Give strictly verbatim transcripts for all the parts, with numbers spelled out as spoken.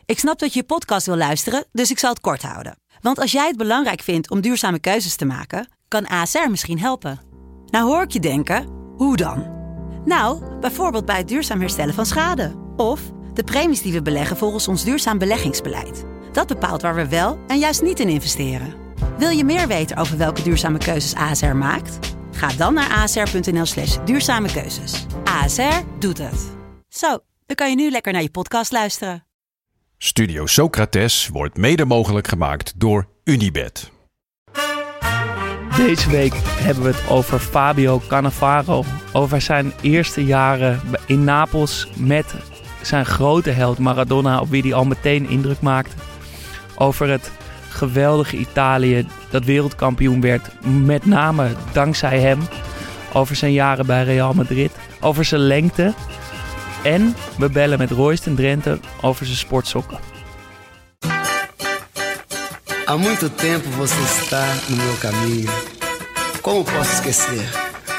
Ik snap dat je je podcast wil luisteren, dus ik zal het kort houden. Want als jij het belangrijk vindt om duurzame keuzes te maken, kan A S R misschien helpen. Nou hoor ik je denken, hoe dan? Nou, bijvoorbeeld bij het duurzaam herstellen van schade. Of de premies die we beleggen volgens ons duurzaam beleggingsbeleid. Dat bepaalt waar we wel en juist niet in investeren. Wil je meer weten over welke duurzame keuzes A S R maakt? Ga dan naar asr.nl slash duurzame keuzes. A S R doet het. Zo, dan kan je nu lekker naar je podcast luisteren. Studio Socrates wordt mede mogelijk gemaakt door Unibet. Deze week hebben we het over Fabio Cannavaro. Over zijn eerste jaren in Napels met zijn grote held Maradona, op wie hij al meteen indruk maakte. Over het geweldige Italië dat wereldkampioen werd, met name dankzij hem. Over zijn jaren bij Real Madrid. Over zijn lengte. En we bellen met Royston Drenthe over zijn sportsokken. Há muito tempo você está no meu caminho. Como posso esquecer?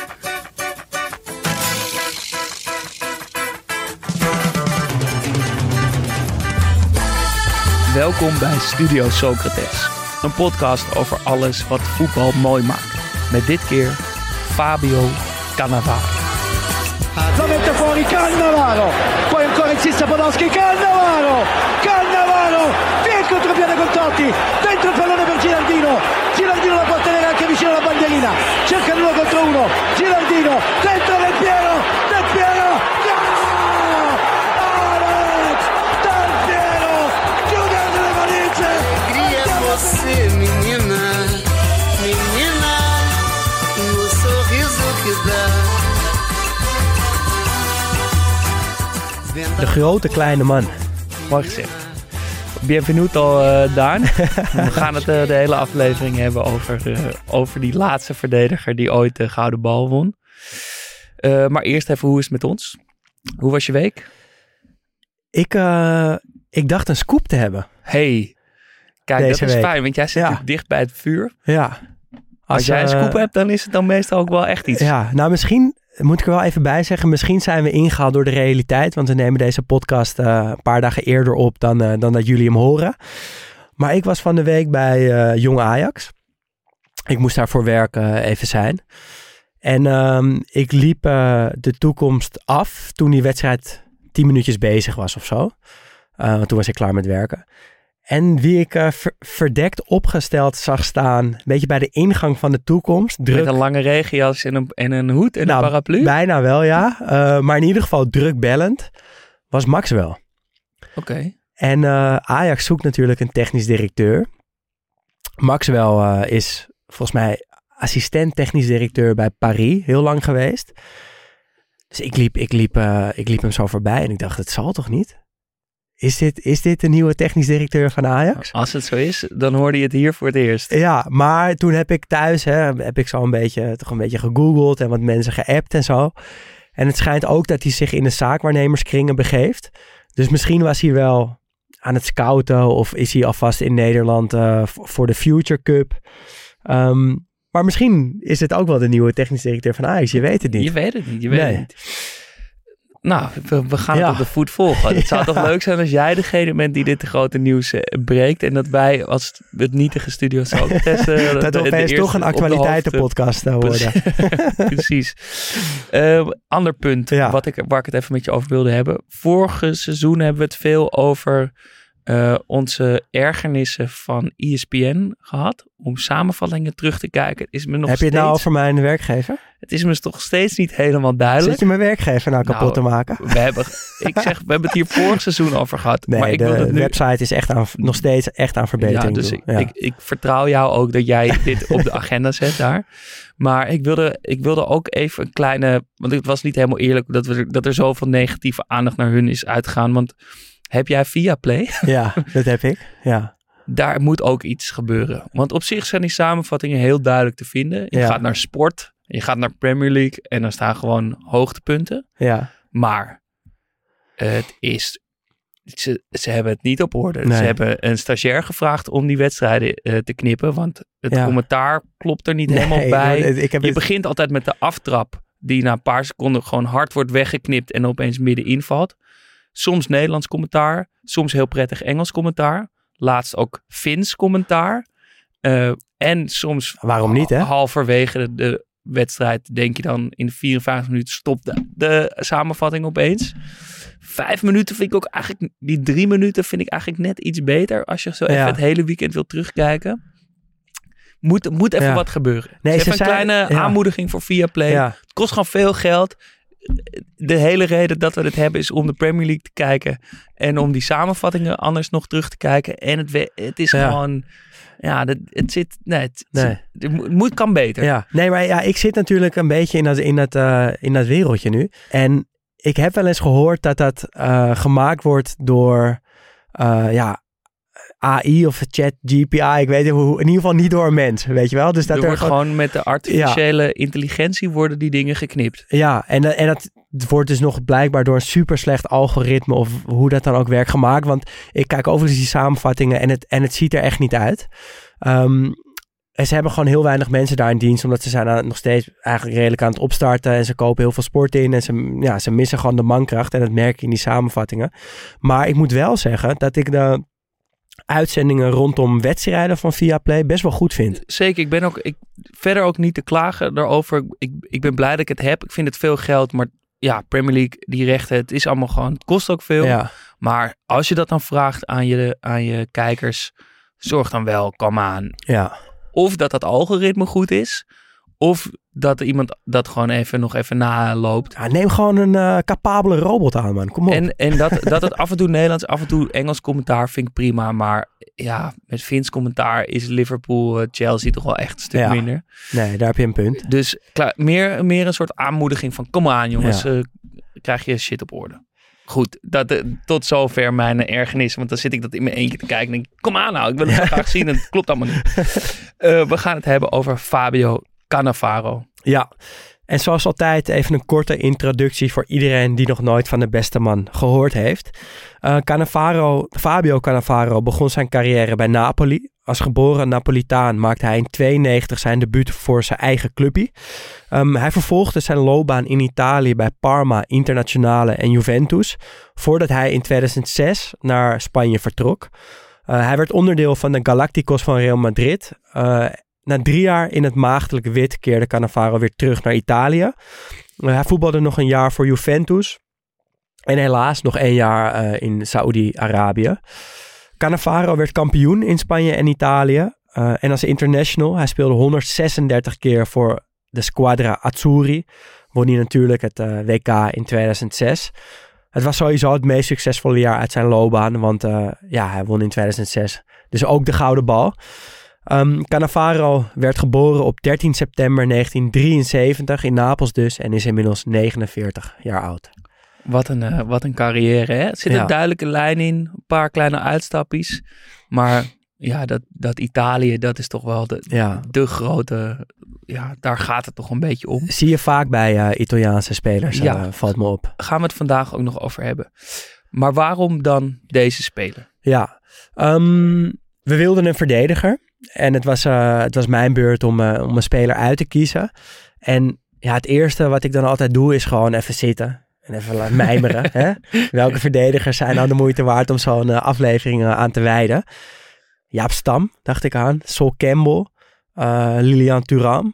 Welkom bij Studio Socrates. Een podcast over alles wat voetbal mooi maakt. Met dit keer Fabio Cannavaro. Lo mette fuori Cannavaro, poi ancora insiste Podolski, Cannavaro, Cannavaro, via il contropiede con Totti, dentro il pallone per Gilardino, Gilardino la può tenere anche vicino alla bandierina, cerca l'uno contro uno, Gilardino, dentro Del Piero, Del Piero, no! Alex, Del Piero, chiude le valigie! Queria você, menina, menina, no sorriso que dá. De grote kleine man. Mooi gezegd. Bienvenuto, uh, Daan. We gaan het uh, de hele aflevering hebben over, uh, over die laatste verdediger die ooit de gouden bal won. Uh, maar eerst even, hoe is het met ons? Hoe was je week? Ik, uh, ik dacht een scoop te hebben. Hey, kijk, Deze dat is week. fijn, want jij zit Ja. natuurlijk dicht bij het vuur. Ja. Als, Als jij een uh, scoop hebt, dan is het dan meestal ook wel echt iets. Ja, nou misschien moet ik er wel even bij zeggen. Misschien zijn we ingehaald door de realiteit. Want we nemen deze podcast uh, een paar dagen eerder op dan, uh, dan dat jullie hem horen. Maar ik was van de week bij uh, Jong Ajax. Ik moest daar voor werk uh, even zijn. En um, ik liep uh, de toekomst af toen die wedstrijd tien minuutjes bezig was of zo. Uh, want toen was ik klaar met werken. En wie ik uh, ver- verdekt opgesteld zag staan, een beetje bij de ingang van de toekomst. Druk, Met een lange regenjas en een, en een hoed en nou, een paraplu? bijna wel, ja. Uh, maar in ieder geval druk bellend was Maxwell. Oké. Okay. En uh, Ajax zoekt natuurlijk een technisch directeur. Maxwell uh, is volgens mij assistent technisch directeur bij Paris, heel lang geweest. Dus ik liep, ik liep, uh, ik liep hem zo voorbij en ik dacht, het zal toch niet? Is dit, is dit de nieuwe technisch directeur van Ajax? Als het zo is, dan hoorde je het hier voor het eerst. Ja, maar toen heb ik thuis, hè, heb ik zo een beetje, toch een beetje gegoogeld en wat mensen geappt en zo. En het schijnt ook dat hij zich in de zaakwaarnemerskringen begeeft. Dus misschien was hij wel aan het scouten of is hij alvast in Nederland uh, voor de Future Cup. Um, maar misschien is het ook wel de nieuwe technisch directeur van Ajax. Je weet het niet. Je weet het niet, je weet Nee. het niet. Nou, we, we gaan Ja. het op de voet volgen. Het zou Ja. toch leuk zijn als jij degene bent die dit grote nieuws uh, breekt. En dat wij als het nietige Studio Socrates... Uh, dat de, opeens de toch een eerste op de actualiteitenpodcast uh, worden. Precies. Uh, ander punt Ja. wat ik, waar ik het even met je over wilde hebben. Vorige seizoen hebben we het veel over uh, onze ergernissen van E S P N gehad. Om samenvattingen terug te kijken. Het is me nog Heb je het steeds, nou over mijn werkgever? Het is me toch steeds niet helemaal duidelijk. Zit je mijn werkgever nou kapot Nou, te maken? We hebben, ik zeg, we hebben het hier vorig seizoen over gehad. Nee, maar ik wil de het nu... website is echt aan, nog steeds echt aan verbetering. Ja, dus doen. ik, ik, ik vertrouw jou ook dat jij dit op de agenda zet daar. Maar ik wilde, ik wilde ook even een kleine... Want het was niet helemaal eerlijk dat, we, dat er zoveel negatieve aandacht naar hun is uitgegaan. Want heb jij Viaplay? Ja, dat heb ik. Ja. Daar moet ook iets gebeuren. Want op zich zijn die samenvattingen heel duidelijk te vinden. Je Ja. gaat naar sport, je gaat naar Premier League en dan staan gewoon hoogtepunten. Ja. Maar het is... Ze, ze hebben het niet op orde. Nee. Ze hebben een stagiair gevraagd om die wedstrijden uh, te knippen. Want het Ja. commentaar klopt er niet Nee, helemaal bij. ik- ik heb Je het- begint altijd met de aftrap. Die na een paar seconden gewoon hard wordt weggeknipt en opeens middenin valt. Soms Nederlands commentaar. Soms heel prettig Engels commentaar. Laatst ook Fins commentaar. Uh, en soms Waarom niet, hè? halverwege de, de wedstrijd denk je dan in de vierenvijftig minuten stopt de, de samenvatting opeens. Vijf minuten vind ik ook eigenlijk, die drie minuten vind ik eigenlijk net iets beter als je zo even ja. het hele weekend wil terugkijken. Moet, moet even ja. wat gebeuren. Nee, dus ze even een zijn, kleine ja. aanmoediging voor Viaplay. Ja. Het kost gewoon veel geld. De hele reden dat we het hebben is om de Premier League te kijken. En om die samenvattingen anders nog terug te kijken. En het, we, het is ja. gewoon... Ja, het, het zit... Nee, het, nee. het moet, kan beter. Ja. Nee, maar ja, ik zit natuurlijk een beetje in dat, in dat, uh, in dat wereldje nu. En ik heb wel eens gehoord dat dat uh, gemaakt wordt door... Uh, ja, A I of chat G P I, ik weet niet hoe, in ieder geval niet door een mens, weet je wel. Dus dat er, er wordt gewoon, gewoon met de artificiële ja. intelligentie worden die dingen geknipt. Ja, en, en dat wordt dus nog blijkbaar door een super slecht algoritme of hoe dat dan ook werkt gemaakt. Want ik kijk overigens die samenvattingen en het, en het ziet er echt niet uit. Um, en ze hebben gewoon heel weinig mensen daar in dienst, omdat ze zijn aan, nog steeds eigenlijk redelijk aan het opstarten en ze kopen heel veel sport in en ze, ja, ze missen gewoon de mankracht en dat merk je in die samenvattingen. Maar ik moet wel zeggen dat ik de uitzendingen rondom wedstrijden van Viaplay best wel goed vind. Zeker, ik ben ook ik, verder ook niet te klagen daarover. Ik, ik ben blij dat ik het heb. Ik vind het veel geld, maar ja, Premier League, die rechten, het is allemaal gewoon, het kost ook veel. Ja. Maar als je dat dan vraagt aan je, aan je kijkers, zorg dan wel, kom aan. Ja. Of dat dat algoritme goed is, of dat iemand dat gewoon even nog even naloopt. Ja, neem gewoon een uh, capabele robot aan, man. Kom op. En, en dat, dat het af en toe Nederlands, af en toe Engels commentaar vind ik prima. Maar ja, met Fins commentaar is Liverpool, uh, Chelsea toch wel echt een stuk ja. minder. Nee, daar heb je een punt. Dus klaar, meer, meer een soort aanmoediging van kom aan jongens, ja. uh, krijg je shit op orde. Goed, dat, uh, tot zover mijn uh, ergernis. Want dan zit ik dat in mijn eentje te kijken en denk kom aan nou, ik wil het zo graag zien en het klopt allemaal niet. Uh, we gaan het hebben over Fabio Cannavaro. Ja, en zoals altijd even een korte introductie voor iedereen die nog nooit van de beste man gehoord heeft. Uh, Cannavaro, Fabio Cannavaro begon zijn carrière bij Napoli. Als geboren Napolitaan maakte hij in tweeënnegentig zijn debuut voor zijn eigen clubje. Um, hij vervolgde zijn loopbaan in Italië bij Parma, Internazionale en Juventus, voordat hij in tweeduizend zes naar Spanje vertrok. Uh, hij werd onderdeel van de Galacticos van Real Madrid. Uh, Na drie jaar in het maagdelijke wit keerde Cannavaro weer terug naar Italië. Uh, hij voetbalde nog een jaar voor Juventus. En helaas nog één jaar uh, in Saoedi-Arabië. Cannavaro werd kampioen in Spanje en Italië. Uh, en als international, hij speelde honderdzesendertig keer voor de Squadra Azzurri. Won hij natuurlijk het uh, W K in tweeduizend zes. Het was sowieso het meest succesvolle jaar uit zijn loopbaan. Want uh, ja, hij won in tweeduizend zes dus ook de gouden bal. Um, Cannavaro werd geboren op dertien september negentien drieënzeventig in Napels dus en is inmiddels negenenveertig jaar oud. Wat een, uh, wat een carrière, hè? Er zit Ja. een duidelijke lijn in, een paar kleine uitstappies. Maar ja, dat, dat Italië, dat is toch wel de, Ja. de grote... Ja, daar gaat het toch een beetje om. Zie je vaak bij uh, Italiaanse spelers, Ja. uh, valt me op. Gaan we het vandaag ook nog over hebben. Maar waarom dan deze speler? Ja, um, we wilden een verdediger. En het was, uh, het was mijn beurt om, uh, om een speler uit te kiezen. En ja, het eerste wat ik dan altijd doe is gewoon even zitten. En even laten mijmeren. Hè? Welke verdedigers zijn nou de moeite waard om zo'n uh, aflevering uh, aan te wijden? Jaap Stam, dacht ik aan. Sol Campbell. Uh, Lilian Thuram.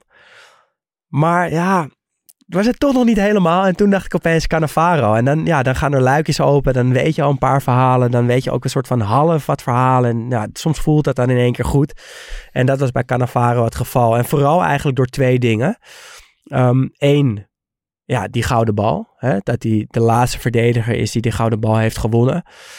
Maar ja, was het toch nog niet helemaal. En toen dacht ik opeens Cannavaro. En dan, ja, dan gaan er luikjes open. Dan weet je al een paar verhalen. Dan weet je ook een soort van half wat verhalen. En ja, soms voelt dat dan in één keer goed. En dat was bij Cannavaro het geval. En vooral eigenlijk door twee dingen. Eén, um, ja, die gouden bal. Hè? Dat hij de laatste verdediger is die die gouden bal heeft gewonnen.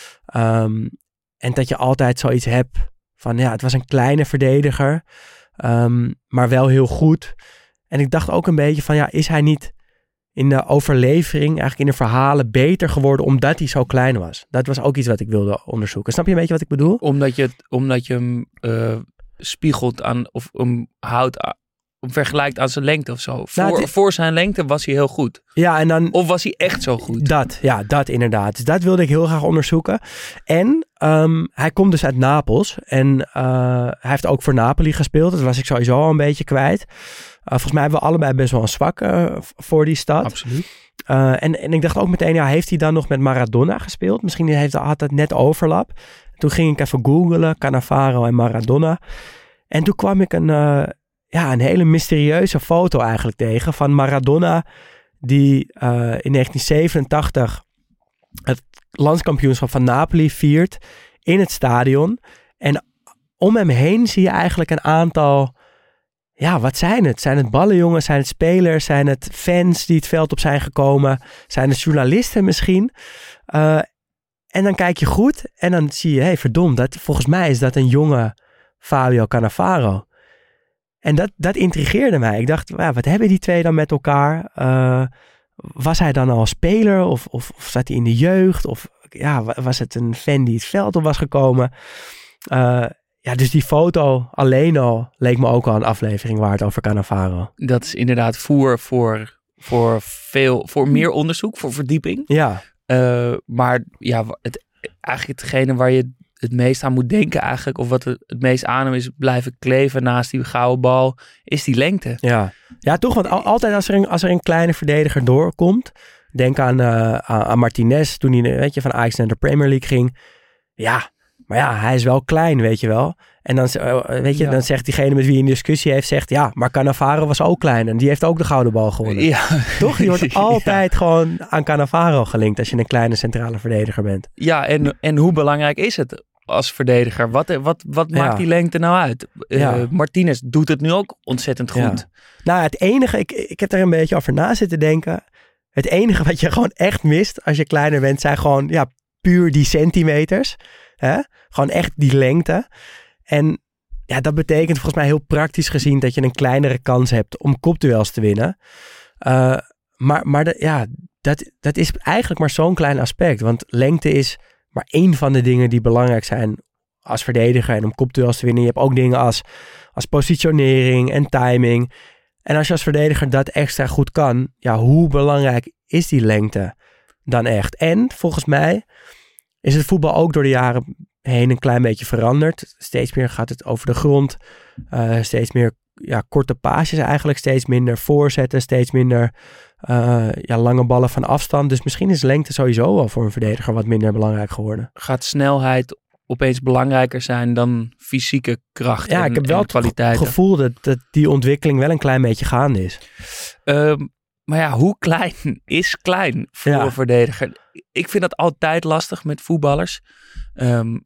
Um, en dat je altijd zoiets hebt van, ja, het was een kleine verdediger. Um, maar wel heel goed. En ik dacht ook een beetje van, ja, is hij niet in de overlevering, eigenlijk in de verhalen, beter geworden omdat hij zo klein was? Dat was ook iets wat ik wilde onderzoeken. Snap je een beetje wat ik bedoel? Omdat je, het, omdat je hem uh, spiegelt aan, of hem houdt, aan, vergelijkt aan zijn lengte of zo. Voor, Nou, het- voor zijn lengte was hij heel goed. Ja, en dan Of was hij echt zo goed? dat, ja, dat inderdaad. Dus dat wilde ik heel graag onderzoeken. En Um, hij komt dus uit Napels en uh, hij heeft ook voor Napoli gespeeld. Dat was ik sowieso al een beetje kwijt. Uh, volgens mij hebben we allebei best wel een zwak uh, voor die stad. Absoluut. Uh, en, en ik dacht ook meteen, ja, heeft hij dan nog met Maradona gespeeld? Misschien heeft, had het net overlap. Toen ging ik even googlen, Cannavaro en Maradona. En toen kwam ik een, uh, ja, een hele mysterieuze foto eigenlijk tegen van Maradona, die uh, in negentien zevenentachtig het landskampioenschap van Napoli viert in het stadion. En om hem heen zie je eigenlijk een aantal, ja, wat zijn het? Zijn het ballenjongens? Zijn het spelers? Zijn het fans die het veld op zijn gekomen? Zijn het journalisten misschien? Uh, en dan kijk je goed en dan zie je, hé, hey, verdomd, dat, volgens mij is dat een jonge Fabio Cannavaro. En dat, dat intrigeerde mij. Ik dacht, ja, wat hebben die twee dan met elkaar? Uh, was hij dan al speler of, of, of zat hij in de jeugd? Of ja, was het een fan die het veld op was gekomen? Uh, ja, dus die foto alleen al leek me ook al een aflevering waard over Cannavaro. Dat is inderdaad voer voor, voor, veel, voor meer onderzoek, voor verdieping. Ja. Uh, maar ja, het, eigenlijk hetgene waar je het meest aan moet denken eigenlijk, of wat het, het meest aan hem is blijven kleven naast die gouden bal, is die lengte. Ja, ja toch, want al, altijd als er, een, als er een kleine verdediger doorkomt, denk aan, uh, aan, aan Martinez, toen hij, weet je, van Ajax naar de Premier League ging. Ja, maar ja, hij is wel klein, weet je wel. En dan, weet je, ja. dan zegt diegene met wie je een discussie heeft, zegt, ja, maar Cannavaro was ook klein en die heeft ook de gouden bal gewonnen. Ja. Toch? Je wordt altijd ja. gewoon aan Cannavaro gelinkt als je een kleine centrale verdediger bent. Ja, en, en hoe belangrijk is het als verdediger? Wat, wat, wat maakt ja. die lengte nou uit? Ja. Uh, Martinez doet het nu ook ontzettend goed. Ja. Nou, het enige, ik, ik heb er een beetje over na zitten denken. Het enige wat je gewoon echt mist als je kleiner bent, zijn gewoon ja, puur die centimeters. Hè? Gewoon echt die lengte. En ja, dat betekent volgens mij heel praktisch gezien dat je een kleinere kans hebt om kopduels te winnen. Uh, maar maar de, ja, dat, dat is eigenlijk maar zo'n klein aspect. Want lengte is maar één van de dingen die belangrijk zijn als verdediger en om kopduels te winnen. Je hebt ook dingen als, als positionering en timing. En als je als verdediger dat extra goed kan, ja, hoe belangrijk is die lengte dan echt? En volgens mij is het voetbal ook door de jaren heen een klein beetje veranderd. Steeds meer gaat het over de grond. Uh, steeds meer ja, korte paasjes eigenlijk. Steeds minder voorzetten. Steeds minder uh, ja, lange ballen van afstand. Dus misschien is lengte sowieso wel voor een verdediger wat minder belangrijk geworden. Gaat snelheid opeens belangrijker zijn dan fysieke kracht ja, en, ik heb wel en kwaliteiten? Het gevoel dat, dat die ontwikkeling wel een klein beetje gaande is. Um, maar ja, hoe klein is klein voor ja. een verdediger? Ik vind dat altijd lastig met voetballers. Um,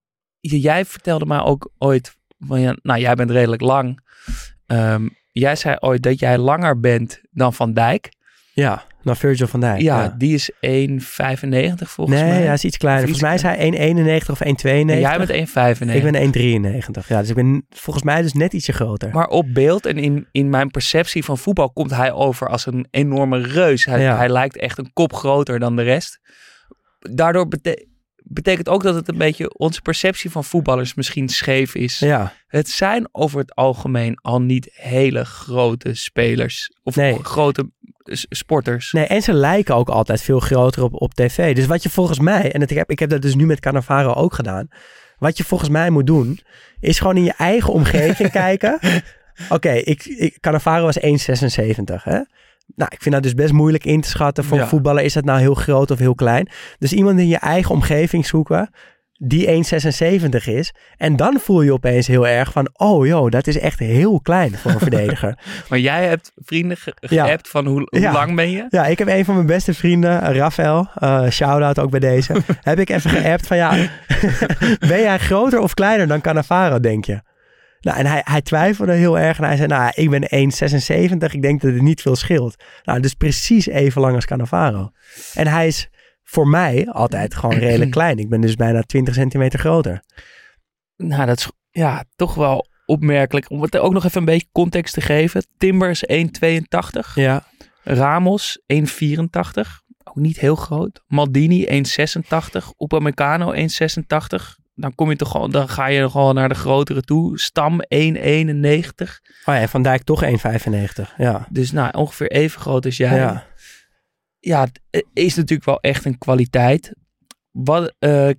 Jij vertelde mij ook ooit, van ja, nou jij bent redelijk lang. Um, jij zei ooit dat jij langer bent dan Van Dijk. Ja, dan Virgil van Dijk. Ja, ja. die is één vijfennegentig volgens nee, mij. Nee, hij is iets kleiner. Volgens mij is hij één eenennegentig of één tweeënnegentig. En jij bent één vijfennegentig. Ik ben één drieënnegentig. Ja, dus ik ben volgens mij dus net ietsje groter. Maar op beeld en in, in mijn perceptie van voetbal komt hij over als een enorme reus. Hij, ja. hij lijkt echt een kop groter dan de rest. Daardoor betekent... betekent ook dat het een beetje onze perceptie van voetballers misschien scheef is. Ja. Het zijn over het algemeen al niet hele grote spelers of nee. grote sporters. Nee, en ze lijken ook altijd veel groter op, op tv. Dus wat je volgens mij, en het, ik, heb, ik heb dat dus nu met Cannavaro ook gedaan. Wat je volgens mij moet doen, is gewoon in je eigen omgeving kijken. Oké, okay, ik, ik, Cannavaro was één zesenzeventig, hè? Nou, ik vind dat dus best moeilijk in te schatten. Voor ja. een voetballer is dat nou heel groot of heel klein. Dus iemand in je eigen omgeving zoeken die één zesenzeventig is. En dan voel je opeens heel erg van, oh joh, dat is echt heel klein voor een verdediger. Maar jij hebt vrienden ge- geappt ja. van hoe, hoe ja. lang ben je? Ja, ik heb een van mijn beste vrienden, Rafael, uh, shout-out ook bij deze. heb ik even geappt van, ja, ben jij groter of kleiner dan Cannavaro, denk je? Nou, en hij, hij twijfelde heel erg en hij zei, nou, ik ben één zesenzeventig, ik denk dat het niet veel scheelt. Nou, dus precies even lang als Cannavaro. En hij is voor mij altijd gewoon redelijk klein. Ik ben dus bijna twintig centimeter groter. Nou, dat is ja, toch wel opmerkelijk. Om het ook nog even een beetje context te geven. Timber is één tweeëntachtig. Ja. Ramos één vierentachtig. Ook niet heel groot. Maldini één zesentachtig. Upamecano één zesentachtig. Dan kom je toch gewoon, dan ga je gewoon naar de grotere toe. Stam één eenennegentig. Oh ja, Van Dijk toch één vijfennegentig. Ja. Dus nou, ongeveer even groot als jij. Ja. Ja, het is natuurlijk wel echt een kwaliteit. Wat, uh,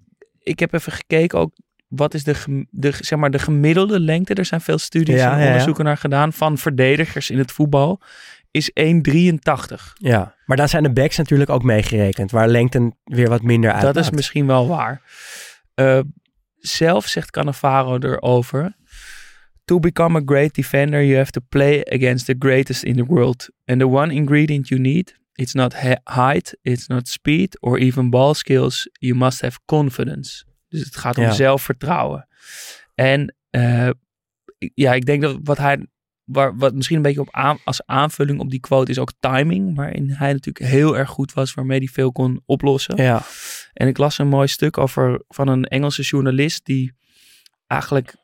ik heb even gekeken ook, wat is de, gem- de, zeg maar de gemiddelde lengte? Er zijn veel studies Ja, en ja, ja. onderzoeken naar gedaan van verdedigers in het voetbal. Is één komma drieëntachtig. Ja, maar dan zijn de backs natuurlijk ook meegerekend, waar lengte weer wat minder uit. Dat is misschien wel waar. Uh, zelf zegt Cannavaro erover: to become a great defender, you have to play against the greatest in the world. And the one ingredient you need, it's not he- height, it's not speed or even ball skills. You must have confidence. Dus het gaat om Ja. zelfvertrouwen. En uh, ja, ik denk dat wat hij, waar, wat misschien een beetje op aan, als aanvulling op die quote is ook timing, waarin hij natuurlijk heel erg goed was, waarmee hij veel kon oplossen. Ja. En ik las een mooi stuk over van een Engelse journalist die eigenlijk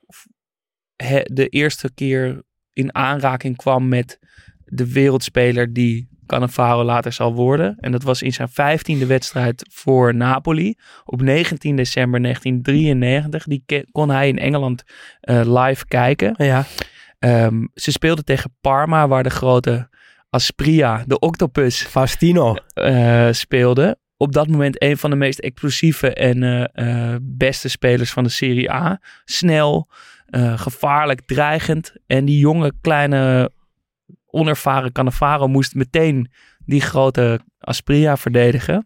he, de eerste keer in aanraking kwam met de wereldspeler die Cannavaro later zal worden. En dat was in zijn vijftiende wedstrijd voor Napoli op negentien december negentien drieënnegentig. Die ke- kon hij in Engeland uh, live kijken. Ja. Um, ze speelden tegen Parma, waar de grote Aspria, de octopus, Faustino. uh, speelde. Op dat moment een van de meest explosieve en uh, uh, beste spelers van de Serie A. Snel, uh, gevaarlijk, dreigend. En die jonge, kleine, onervaren Cannavaro moest meteen die grote Aspria verdedigen.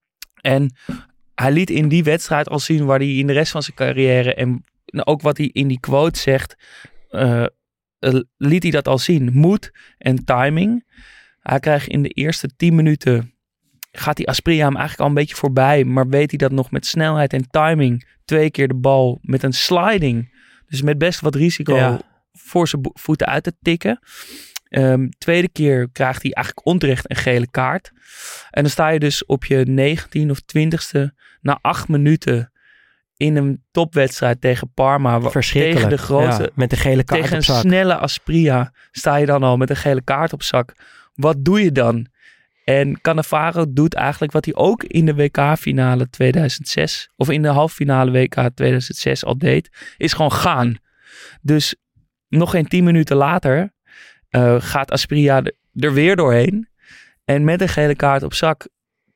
En hij liet in die wedstrijd al zien waar hij in de rest van zijn carrière en ook wat hij in die quote zegt, uh, uh, liet hij dat al zien. Moed en timing. Hij krijgt in de eerste tien minuten, gaat die Aspria hem eigenlijk al een beetje voorbij, maar weet hij dat nog met snelheid en timing twee keer de bal met een sliding, dus met best wat risico, Ja. voor zijn bo- voeten uit te tikken. Um, tweede keer krijgt hij eigenlijk onterecht een gele kaart. En dan sta je dus op je negentien of twintigste na acht minuten in een topwedstrijd tegen Parma. wa- Verschrikkelijk. Tegen de grote, Ja, met de gele kaart tegen op een zak. snelle Aspria sta je dan al met een gele kaart op zak. Wat doe je dan? En Cannavaro doet eigenlijk wat hij ook in de W K-finale tweeduizend zes... of in de halffinale W K tweeduizend zes al deed, is gewoon gaan. Dus nog geen tien minuten later uh, gaat Aspria er, er weer doorheen. En met een gele kaart op zak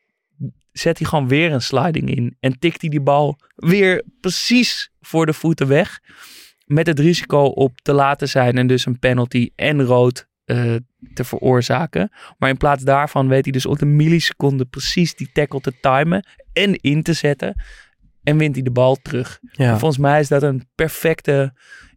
zet hij gewoon weer een sliding in. En tikt hij die bal weer precies voor de voeten weg. Met het risico op te laat te zijn en dus een penalty en rood uh, te veroorzaken. Maar in plaats daarvan weet hij dus op de milliseconde precies die tackle te timen en in te zetten. En wint hij de bal terug. Ja. En volgens mij is dat een perfecte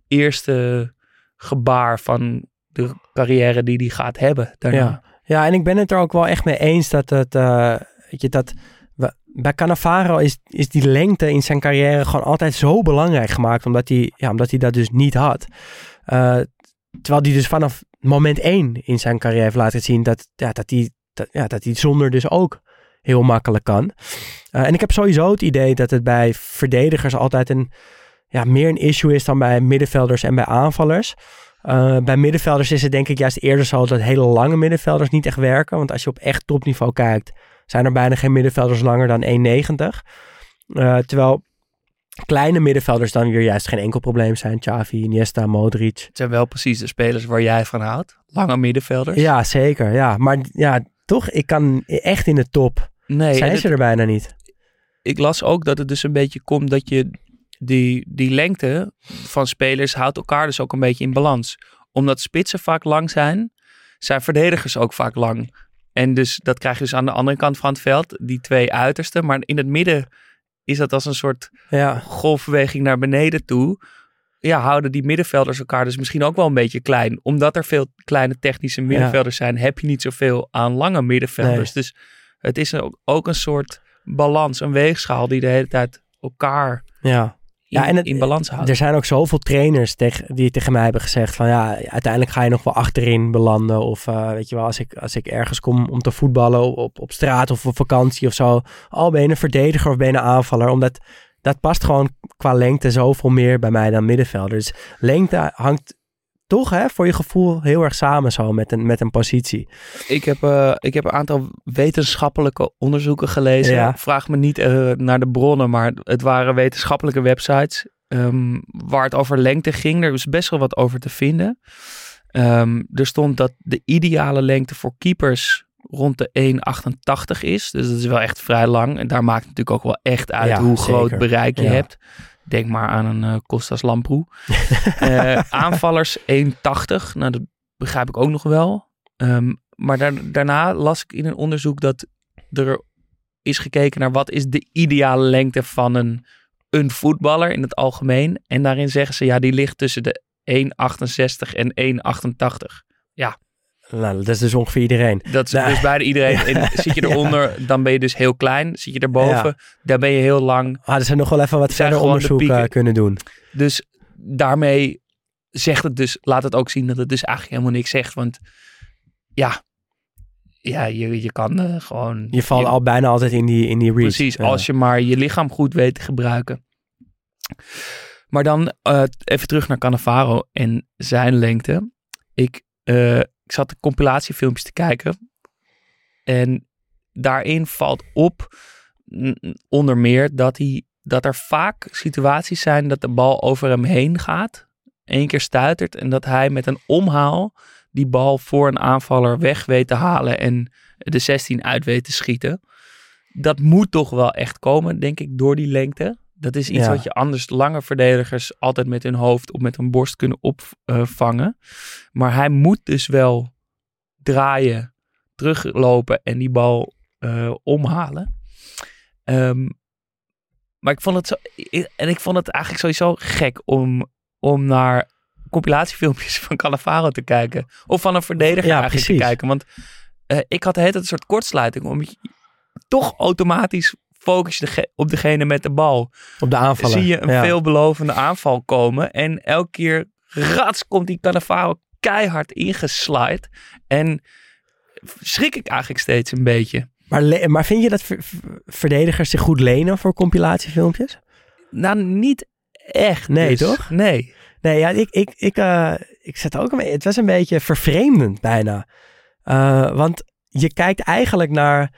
eerste gebaar van de carrière die hij gaat hebben daarna. Ja. ja, en ik ben het er ook wel echt mee eens dat het, uh, weet je, dat we, bij Cannavaro is, is die lengte in zijn carrière gewoon altijd zo belangrijk gemaakt, omdat hij, ja, omdat hij dat dus niet had. Uh, terwijl hij dus vanaf moment één in zijn carrière heeft laten zien dat, ja, dat, hij, dat, ja, dat hij zonder dus ook heel makkelijk kan. Uh, en ik heb sowieso het idee dat het bij verdedigers altijd een, ja, meer een issue is dan bij middenvelders en bij aanvallers. Uh, bij middenvelders is het denk ik juist eerder zo dat hele lange middenvelders niet echt werken. Want als je op echt topniveau kijkt, zijn er bijna geen middenvelders langer dan één komma negentig. Uh, terwijl kleine middenvelders dan weer juist geen enkel probleem zijn. Xavi, Iniesta, Modric. Het zijn wel precies de spelers waar jij van houdt. Lange middenvelders. Ja, zeker. Ja. Maar ja, toch, ik kan echt in de top. Nee, zijn het, ze er bijna niet. Ik las ook dat het dus een beetje komt dat je die, die lengte van spelers houdt elkaar dus ook een beetje in balans. Omdat spitsen vaak lang zijn, zijn verdedigers ook vaak lang. En dus dat krijg je dus aan de andere kant van het veld, die twee uitersten. Maar in het midden is dat als een soort Ja. golfbeweging naar beneden toe. Ja, houden die middenvelders elkaar dus misschien ook wel een beetje klein. Omdat er veel kleine technische middenvelders zijn, heb je niet zoveel aan lange middenvelders. Nee. Dus het is ook, ook een soort balans, een weegschaal die de hele tijd elkaar Ja. in, Ja, en het- in balans houdt. Er zijn ook zoveel trainers tegen, die tegen mij hebben gezegd van ja, uiteindelijk ga je nog wel achterin belanden. Of uh, weet je wel, als ik, als ik ergens kom om te voetballen op, op straat of op vakantie of zo. Al ben je een verdediger of ben je een aanvaller. Omdat dat past gewoon qua lengte zoveel meer bij mij dan middenvelder. Dus lengte hangt toch hè, voor je gevoel heel erg samen zo met een, met een positie. Ik heb, uh, ik heb een aantal wetenschappelijke onderzoeken gelezen. Ja. Vraag me niet uh, naar de bronnen, maar het waren wetenschappelijke websites um, waar het over lengte ging. Er is best wel wat over te vinden. Um, er stond dat de ideale lengte voor keepers rond de één komma achtentachtig is. Dus dat is wel echt vrij lang. En daar maakt het natuurlijk ook wel echt uit Ja, hoe zeker. groot bereik je Ja. hebt. Denk maar aan een uh, Kostas Lamproe. uh, aanvallers één komma tachtig. Nou, dat begrijp ik ook nog wel. Um, maar daar, daarna las ik in een onderzoek dat er is gekeken naar wat is de ideale lengte van een, een voetballer in het algemeen. En daarin zeggen ze, ja, die ligt tussen de één komma achtenzestig en één komma achtentachtig. Ja. Nou, dat is dus ongeveer iedereen. Dat is Nee. dus bijna iedereen. En zit je eronder, ja. dan ben je dus heel klein. Zit je erboven, ja. dan ben je heel lang. Ah, er zijn nog wel even wat verder onderzoek uh, kunnen doen. Dus daarmee zegt het dus, laat het ook zien dat het dus eigenlijk helemaal niks zegt. Want ja, ja je, je kan uh, gewoon... Je valt je, al bijna altijd in die, in die reach. Precies, ja. als je maar je lichaam goed weet te gebruiken. Maar dan uh, even terug naar Cannavaro en zijn lengte. Ik... Uh, Ik zat de compilatiefilmpjes te kijken. En daarin valt op, onder meer, dat, hij, dat er vaak situaties zijn dat de bal over hem heen gaat. Eén keer stuitert en dat hij met een omhaal die bal voor een aanvaller weg weet te halen en de zestien uit weet te schieten. Dat moet toch wel echt komen, denk ik, door die lengte. Dat is iets ja. wat je anders lange verdedigers altijd met hun hoofd of met hun borst kunnen opvangen. Uh, maar hij moet dus wel draaien, teruglopen en die bal uh, omhalen. Um, maar ik vond het zo, en ik vond het eigenlijk sowieso gek om, om naar compilatiefilmpjes van Cannavaro te kijken. Of van een verdediger ja, eigenlijk precies. te kijken. Want uh, ik had de hele tijd een soort kortsluiting om toch automatisch focus je op degene met de bal. Op de aanvallen. Zie je een ja. veelbelovende aanval komen. En elke keer rats komt die Cannavaro keihard ingeslide. En schrik ik eigenlijk steeds een beetje. Maar, le- maar vind je dat ver- verdedigers zich goed lenen voor compilatiefilmpjes? Nou, niet echt. Nee, dus. toch? Nee. Nee, ja, ik, ik, ik, uh, ik zat ook een beetje... Het was een beetje vervreemdend bijna. Uh, want je kijkt eigenlijk naar...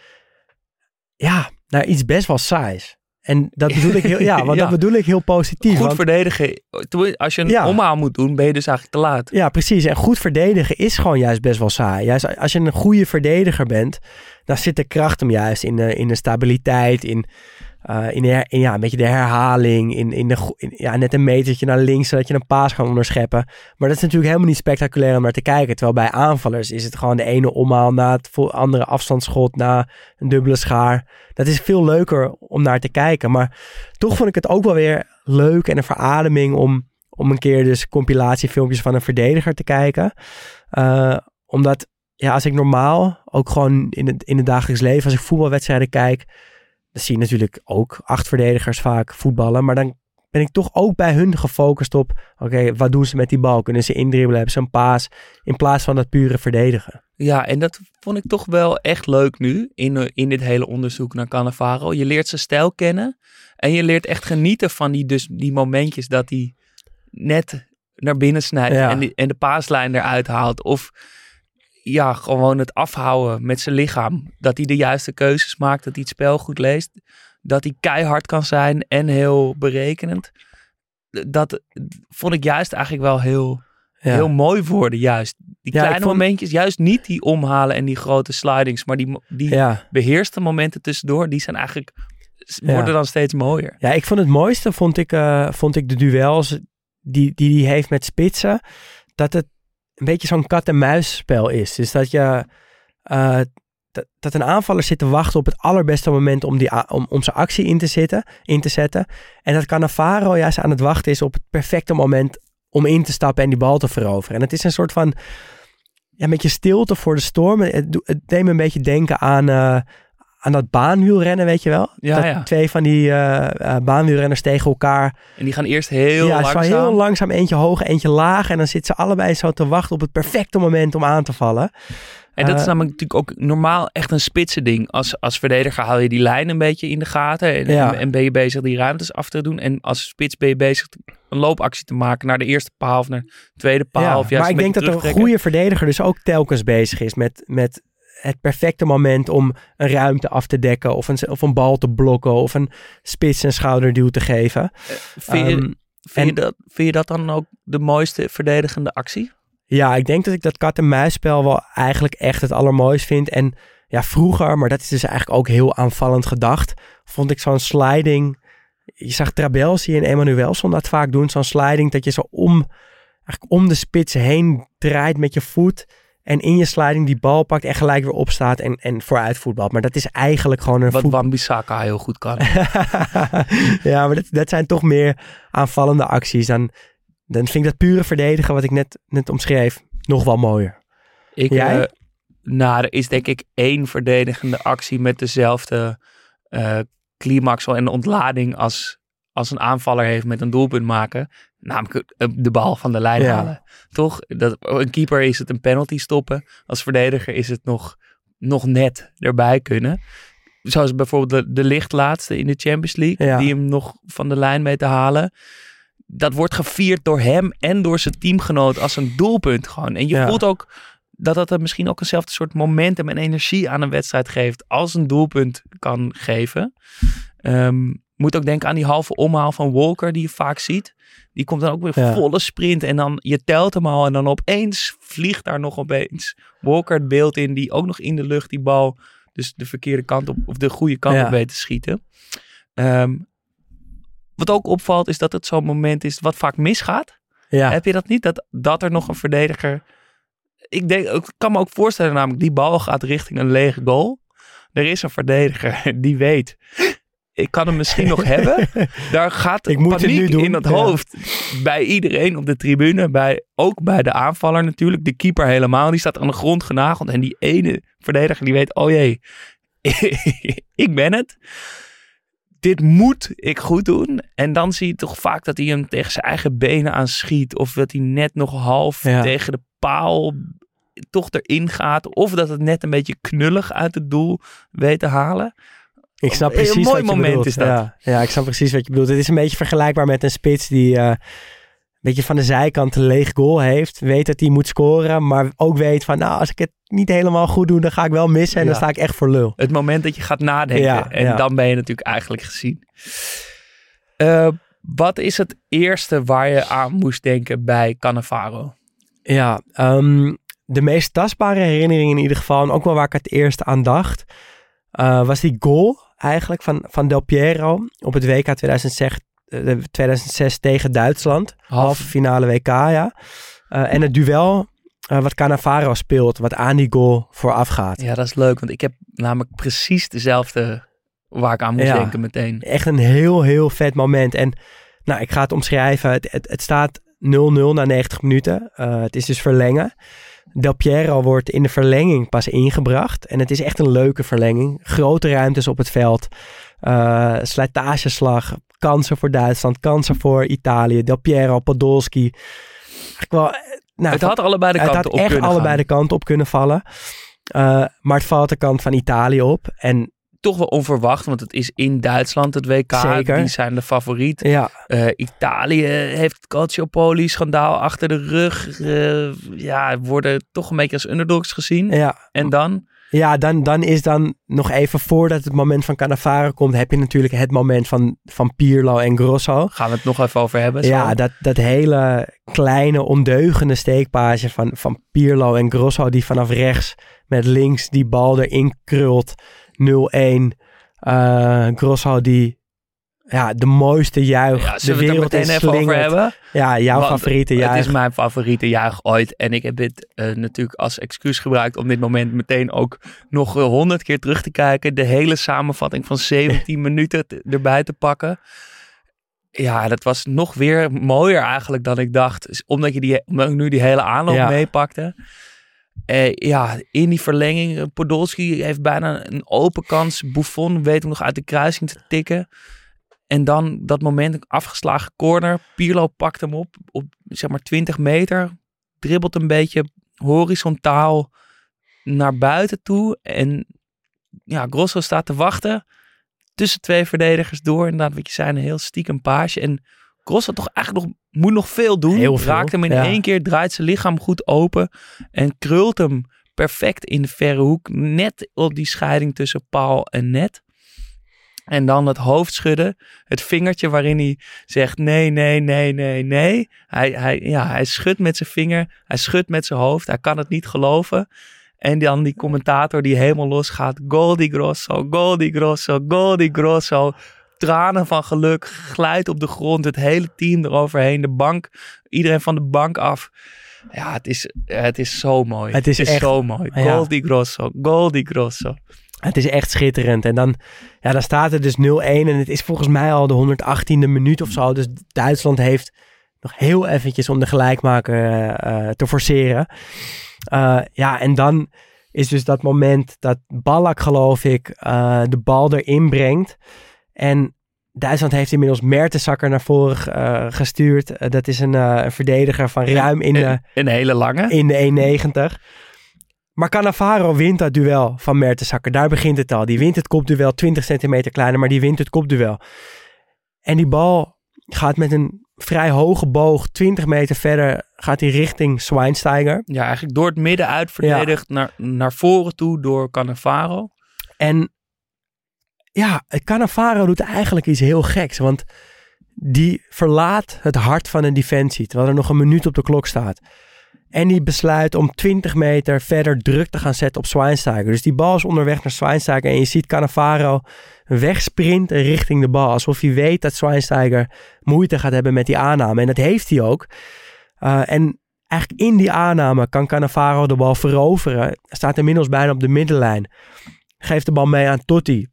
Ja... naar iets best wel saais. En dat bedoel ik heel, ja, want ja. dat bedoel ik heel positief. Goed want, verdedigen. Als je een ja. omhaal moet doen, ben je dus eigenlijk te laat. Ja, precies. En goed verdedigen is gewoon juist best wel saai. Juist als je een goede verdediger bent, dan zit de kracht hem juist in de, in de stabiliteit, in, uh, in, de her, in ja, een beetje de herhaling, in, in de in, ja, net een metertje naar links, zodat je een paas kan onderscheppen. Maar dat is natuurlijk helemaal niet spectaculair om naar te kijken. Terwijl bij aanvallers is het gewoon de ene omhaal na het andere afstandsschot, na een dubbele schaar. Dat is veel leuker om naar te kijken. Maar toch vond ik het ook wel weer leuk en een verademing om, om een keer dus compilatiefilmpjes van een verdediger te kijken. Uh, omdat, ja, als ik normaal, ook gewoon in het, in het dagelijks leven, als ik voetbalwedstrijden kijk, dan zie je natuurlijk ook acht verdedigers vaak voetballen. Maar dan ben ik toch ook bij hun gefocust op, oké, okay, wat doen ze met die bal? Kunnen ze indribbelen? Hebben ze een paas? In plaats van dat pure verdedigen. Ja, en dat vond ik toch wel echt leuk nu, in, in dit hele onderzoek naar Cannavaro. Je leert zijn stijl kennen en je leert echt genieten van die, dus die momentjes dat hij net naar binnen snijdt ja. en, die, en de paaslijn eruit haalt. Of ja, gewoon het afhouden met zijn lichaam. Dat hij de juiste keuzes maakt, dat hij het spel goed leest. Dat hij keihard kan zijn en heel berekenend. Dat vond ik juist eigenlijk wel heel... Ja. Heel mooi worden, juist. Die kleine ja, vond... momentjes, juist niet die omhalen en die grote slidings, maar die, die ja. beheerste momenten tussendoor, die zijn eigenlijk, worden ja. dan steeds mooier. Ja, ik vond het mooiste, vond ik, uh, vond ik de duels die die, die heeft met spitsen, dat het een beetje zo'n kat-en-muis spel is. Dus dat je, uh, dat, dat een aanvaller zit te wachten op het allerbeste moment om, die, om, om zijn actie in te, zitten, in te zetten. En dat Cannavaro juist aan het wachten is op het perfecte moment om in te stappen en die bal te veroveren. En het is een soort van, ja, een beetje stilte voor de storm. Het, het deed me een beetje denken aan, uh, aan dat baanwielrennen, weet je wel? Ja, dat ja. twee van die uh, uh, baanwielrenners tegen elkaar. En die gaan eerst heel ja, langzaam. Ja, heel langzaam. Eentje hoog, eentje laag. En dan zitten ze allebei zo te wachten op het perfecte moment om aan te vallen. En dat is namelijk natuurlijk ook normaal echt een spitse ding. Als, als verdediger hou je die lijn een beetje in de gaten. En, ja. en, en ben je bezig die ruimtes af te doen. En als spits ben je bezig een loopactie te maken naar de eerste paal of naar de tweede paal. Ja, of juist maar ik denk dat een goede verdediger dus ook telkens bezig is met, met het perfecte moment om een ruimte af te dekken. Of een, of een bal te blokken. Of een spits een schouderduw te geven. Uh, vind, je, um, vind, en, je dat, vind je dat dan ook de mooiste verdedigende actie? Ja, ik denk dat ik dat kat-en-muisspel wel eigenlijk echt het allermooist vind. En ja, vroeger, maar dat is dus eigenlijk ook heel aanvallend gedacht, vond ik zo'n sliding. Je zag Trabelsi en Emanuelson dat vaak doen. Zo'n sliding dat je zo om, eigenlijk om de spits heen draait met je voet. En in je sliding die bal pakt en gelijk weer opstaat en, en vooruit voetbalt. Maar dat is eigenlijk gewoon een Wat voet... Wan-Bissaka heel goed kan. Ja, maar dat, dat zijn toch meer aanvallende acties. Dan, dan vind ik dat pure verdedigen wat ik net, net omschreef nog wel mooier. Ik, Jij? Uh, nou, er is denk ik één verdedigende actie met dezelfde uh, climax en ontlading als, als een aanvaller heeft met een doelpunt maken. Namelijk de bal van de lijn Ja. halen. Toch? Dat, een keeper is het een penalty stoppen. Als verdediger is het nog, nog net erbij kunnen. Zoals bijvoorbeeld de, de lichtlaatste in de Champions League. Ja. Die hem nog van de lijn mee te halen. Dat wordt gevierd door hem en door zijn teamgenoot als een doelpunt gewoon. En je Ja. voelt ook dat dat er misschien ook eenzelfde soort momentum en energie aan een wedstrijd geeft als een doelpunt kan geven. Um, moet ook denken aan die halve omhaal van Walker die je vaak ziet. Die komt dan ook weer Ja. volle sprint en dan je telt hem al en dan opeens vliegt daar nog opeens Walker het beeld in die ook nog in de lucht die bal dus de verkeerde kant op of de goede kant Ja. op weet te schieten. Um, wat ook opvalt is dat het zo'n moment is wat vaak misgaat. Ja. Heb je dat niet? Dat, dat er nog een verdediger... Ik, denk, ik kan me ook voorstellen namelijk, die bal gaat richting een lege goal. Er is een verdediger die weet, ik kan hem misschien nog hebben. Daar gaat Ik moet het paniek nu doen. in het Ja. hoofd. Bij iedereen op de tribune. Bij, ook bij de aanvaller natuurlijk. De keeper helemaal. Die staat aan de grond genageld. En die ene verdediger die weet, oh jee, ik ben het. Dit moet ik goed doen. En dan zie je toch vaak dat hij hem tegen zijn eigen benen aanschiet. Of dat hij net nog half Ja. tegen de paal toch erin gaat. Of dat het net een beetje knullig uit het doel weet te halen. Ik snap Een precies mooi wat je moment bedoelt. is dat. Ja, ja, ik snap precies wat je bedoelt. Het is een beetje vergelijkbaar met een spits die uh, een beetje van de zijkant een leeg goal heeft. Weet dat hij moet scoren, maar ook weet van, nou, als ik het niet helemaal goed doe, dan ga ik wel missen en Ja. dan sta ik echt voor lul. Het moment dat je gaat nadenken. Ja, en ja. dan ben je natuurlijk eigenlijk gezien. Uh, wat is het eerste waar je aan moest denken bij Cannavaro? Ja, um, de meest tastbare herinnering in ieder geval, en ook wel waar ik het eerst aan dacht, uh, was die goal eigenlijk van, van Del Piero op het W K tweeduizend zes, uh, tweeduizend zes tegen Duitsland. Half. Halve finale W K, ja. Uh, en het duel uh, wat Cannavaro speelt, wat aan die goal vooraf gaat. Ja, dat is leuk, want ik heb namelijk precies dezelfde waar ik aan moest Ja. denken meteen. Echt een heel, heel vet moment. En nou, ik ga het omschrijven. Het, het, het staat nul nul na negentig minuten. Uh, het is dus verlengen. Del Piero wordt in de verlenging pas ingebracht. En het is echt een leuke verlenging. Grote ruimtes op het veld. Uh, slijtageslag. Kansen voor Duitsland. Kansen voor Italië. Del Piero, Podolski. Eigenlijk wel, nou, het had allebei de het kanten had op echt kunnen allebei gaan. de kanten op kunnen vallen. Uh, maar het valt de kant van Italië op. En Toch wel onverwacht, want het is in Duitsland het W K. Zeker. Die zijn de favoriet. ja, Uh, Italië heeft het Calciopoli-schandaal achter de rug. Uh, ja, worden toch een beetje als underdogs gezien. ja. En dan? Ja, dan, dan is dan nog even voordat het moment van Cannavaro komt, heb je natuurlijk het moment van, van Pirlo en Grosso. Gaan we het nog even over hebben. Zo. Ja, dat, dat hele kleine ondeugende steekpaasje van, van Pirlo en Grosso die vanaf rechts met links die bal erin krult. nul een. Uh, Grosso die ja, de mooiste juich. Ja, de zullen we het er wereld meteen in even over slingert. hebben? Ja, jouw Want favoriete juich. Het is mijn favoriete juich ooit. En ik heb dit uh, natuurlijk als excuus gebruikt om dit moment meteen ook nog honderd uh, keer terug te kijken. De hele samenvatting van zeventien minuten t- erbij te pakken. Ja, dat was nog weer mooier eigenlijk dan ik dacht. Omdat, je die, omdat ik nu die hele aanloop Ja. meepakte. Uh, ja, in die verlenging. Podolski heeft bijna een open kans. Buffon weet hem nog uit de kruising te tikken. En dan dat moment, een afgeslagen corner. Pirlo pakt hem op, op zeg maar twintig meter. Dribbelt een beetje horizontaal naar buiten toe. En ja, Grosso staat te wachten. Tussen twee verdedigers door. Inderdaad, wat je zei, een heel stiekem paasje. En Grosso toch eigenlijk nog, moet nog veel doen. Heel veel, Raakt hem in ja. één keer, draait zijn lichaam goed open. En krult hem perfect in de verre hoek. Net op die scheiding tussen paal en net. En dan het hoofd schudden. Het vingertje waarin hij zegt nee, nee, nee, nee, nee. Hij, hij, ja, hij schudt met zijn vinger. Hij schudt met zijn hoofd. Hij kan het niet geloven. En dan die commentator die helemaal losgaat. Gol di Grosso, gol di Grosso, gol di Grosso. Tranen van geluk, glijdt op de grond. Het hele team eroverheen. De bank, iedereen van de bank af. Ja, het is, het is zo mooi. Het is, het is echt, zo mooi. Ja. Gol di Grosso, gol di Grosso. Het is echt schitterend. En dan, ja, dan staat het dus nul-een. En het is volgens mij al de honderdachttiende minuut of zo. Dus Duitsland heeft nog heel eventjes om de gelijkmaker uh, te forceren. Uh, ja, en dan is dus dat moment dat Ballack, geloof ik, uh, de bal erin brengt. En Duitsland heeft inmiddels Mertesacker naar voren uh, gestuurd. Uh, dat is een, uh, een verdediger van ruim in de... Een hele lange. In de één negentig. Maar Cannavaro wint dat duel van Mertesacker. Daar begint het al. Die wint het kopduel, twintig centimeter kleiner, maar die wint het kopduel. En die bal gaat met een vrij hoge boog, twintig meter verder, gaat hij richting Schweinsteiger. Ja, eigenlijk door het midden uit verdedigd ja. naar, naar voren toe door Cannavaro. En ja, Cannavaro doet eigenlijk iets heel geks, want die verlaat het hart van een defensie, terwijl er nog een minuut op de klok staat. En die besluit om twintig meter verder druk te gaan zetten op Schweinsteiger. Dus die bal is onderweg naar Schweinsteiger en je ziet Cannavaro wegsprinten richting de bal. Alsof hij weet dat Schweinsteiger moeite gaat hebben met die aanname. En dat heeft hij ook. Uh, en eigenlijk in die aanname kan Cannavaro de bal veroveren. Hij staat inmiddels bijna op de middenlijn. Geeft de bal mee aan Totti.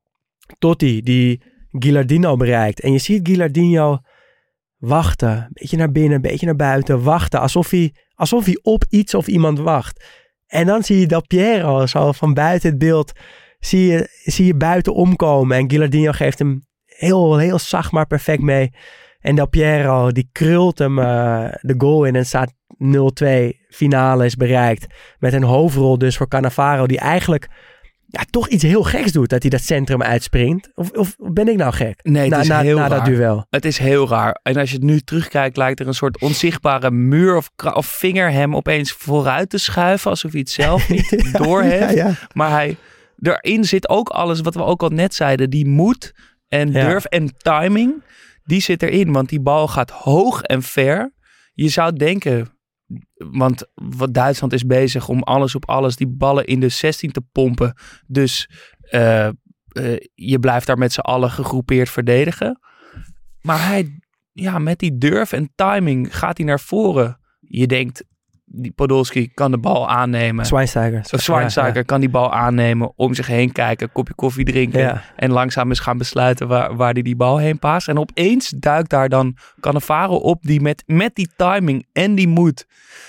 Totti die Gilardino bereikt. En je ziet Gilardino wachten. Een beetje naar binnen, een beetje naar buiten. Wachten, alsof hij, alsof hij op iets of iemand wacht. En dan zie je Del Piero zo van buiten het beeld. Zie je, zie je buiten omkomen. En Gilardino geeft hem heel, heel zacht maar perfect mee. En Del Piero die krult hem uh, de goal in. En staat nul-twee. Finale is bereikt. Met een hoofdrol dus voor Cannavaro. Die eigenlijk ja, toch iets heel geks doet. Dat hij dat centrum uitspringt. Of, of ben ik nou gek? Nee, het na, is na, heel na raar. dat duel. Het is heel raar. En als je het nu terugkijkt, lijkt er een soort onzichtbare muur of, of vinger hem opeens vooruit te schuiven. Alsof hij het zelf niet ja, doorheeft. Ja, ja. Maar hij, erin zit ook alles wat we ook al net zeiden. Die moed en durf ja. en timing, die zit erin. Want die bal gaat hoog en ver. Je zou denken, want wat Duitsland is bezig om alles op alles die ballen in de zestien te pompen. Dus uh, uh, je blijft daar met z'n allen gegroepeerd verdedigen. Maar hij, ja, met die durf en timing gaat hij naar voren. Je denkt, die Podolski kan de bal aannemen. Schweinsteiger. Of Schweinsteiger ja, ja. kan die bal aannemen, om zich heen kijken, een kopje koffie drinken. Ja. En langzaam eens gaan besluiten waar, waar hij die bal heen paast. En opeens duikt daar dan Cannavaro op die met, met die timing en die moed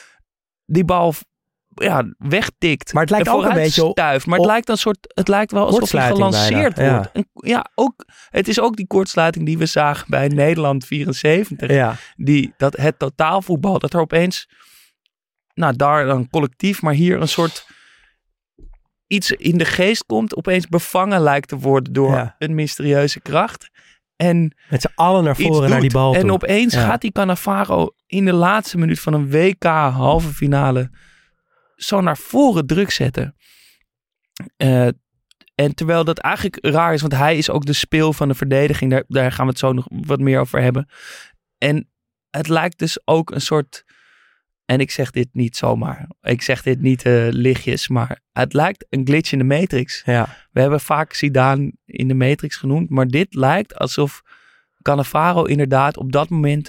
die bal ja, wegtikt. Maar het lijkt ook een beetje stuift. Maar het lijkt een soort, het lijkt wel alsof hij gelanceerd bijna. wordt. Ja. En ja, ook, het is ook die kortsluiting die we zagen bij Nederland vierenzeventig. Ja. Die, dat het totaalvoetbal, dat er opeens, nou daar dan collectief, maar hier een soort iets in de geest komt, opeens bevangen lijkt te worden door ja. een mysterieuze kracht. En met z'n allen naar voren naar die bal toe. En opeens ja. gaat die Cannavaro in de laatste minuut van een W K halve finale zo naar voren druk zetten. Uh, en terwijl dat eigenlijk raar is, want hij is ook de speel van de verdediging. Daar, daar gaan we het zo nog wat meer over hebben. En het lijkt dus ook een soort, en ik zeg dit niet zomaar, ik zeg dit niet uh, lichtjes, maar het lijkt een glitch in de Matrix. Ja. We hebben vaak Zidane in de Matrix genoemd, maar dit lijkt alsof Cannavaro inderdaad op dat moment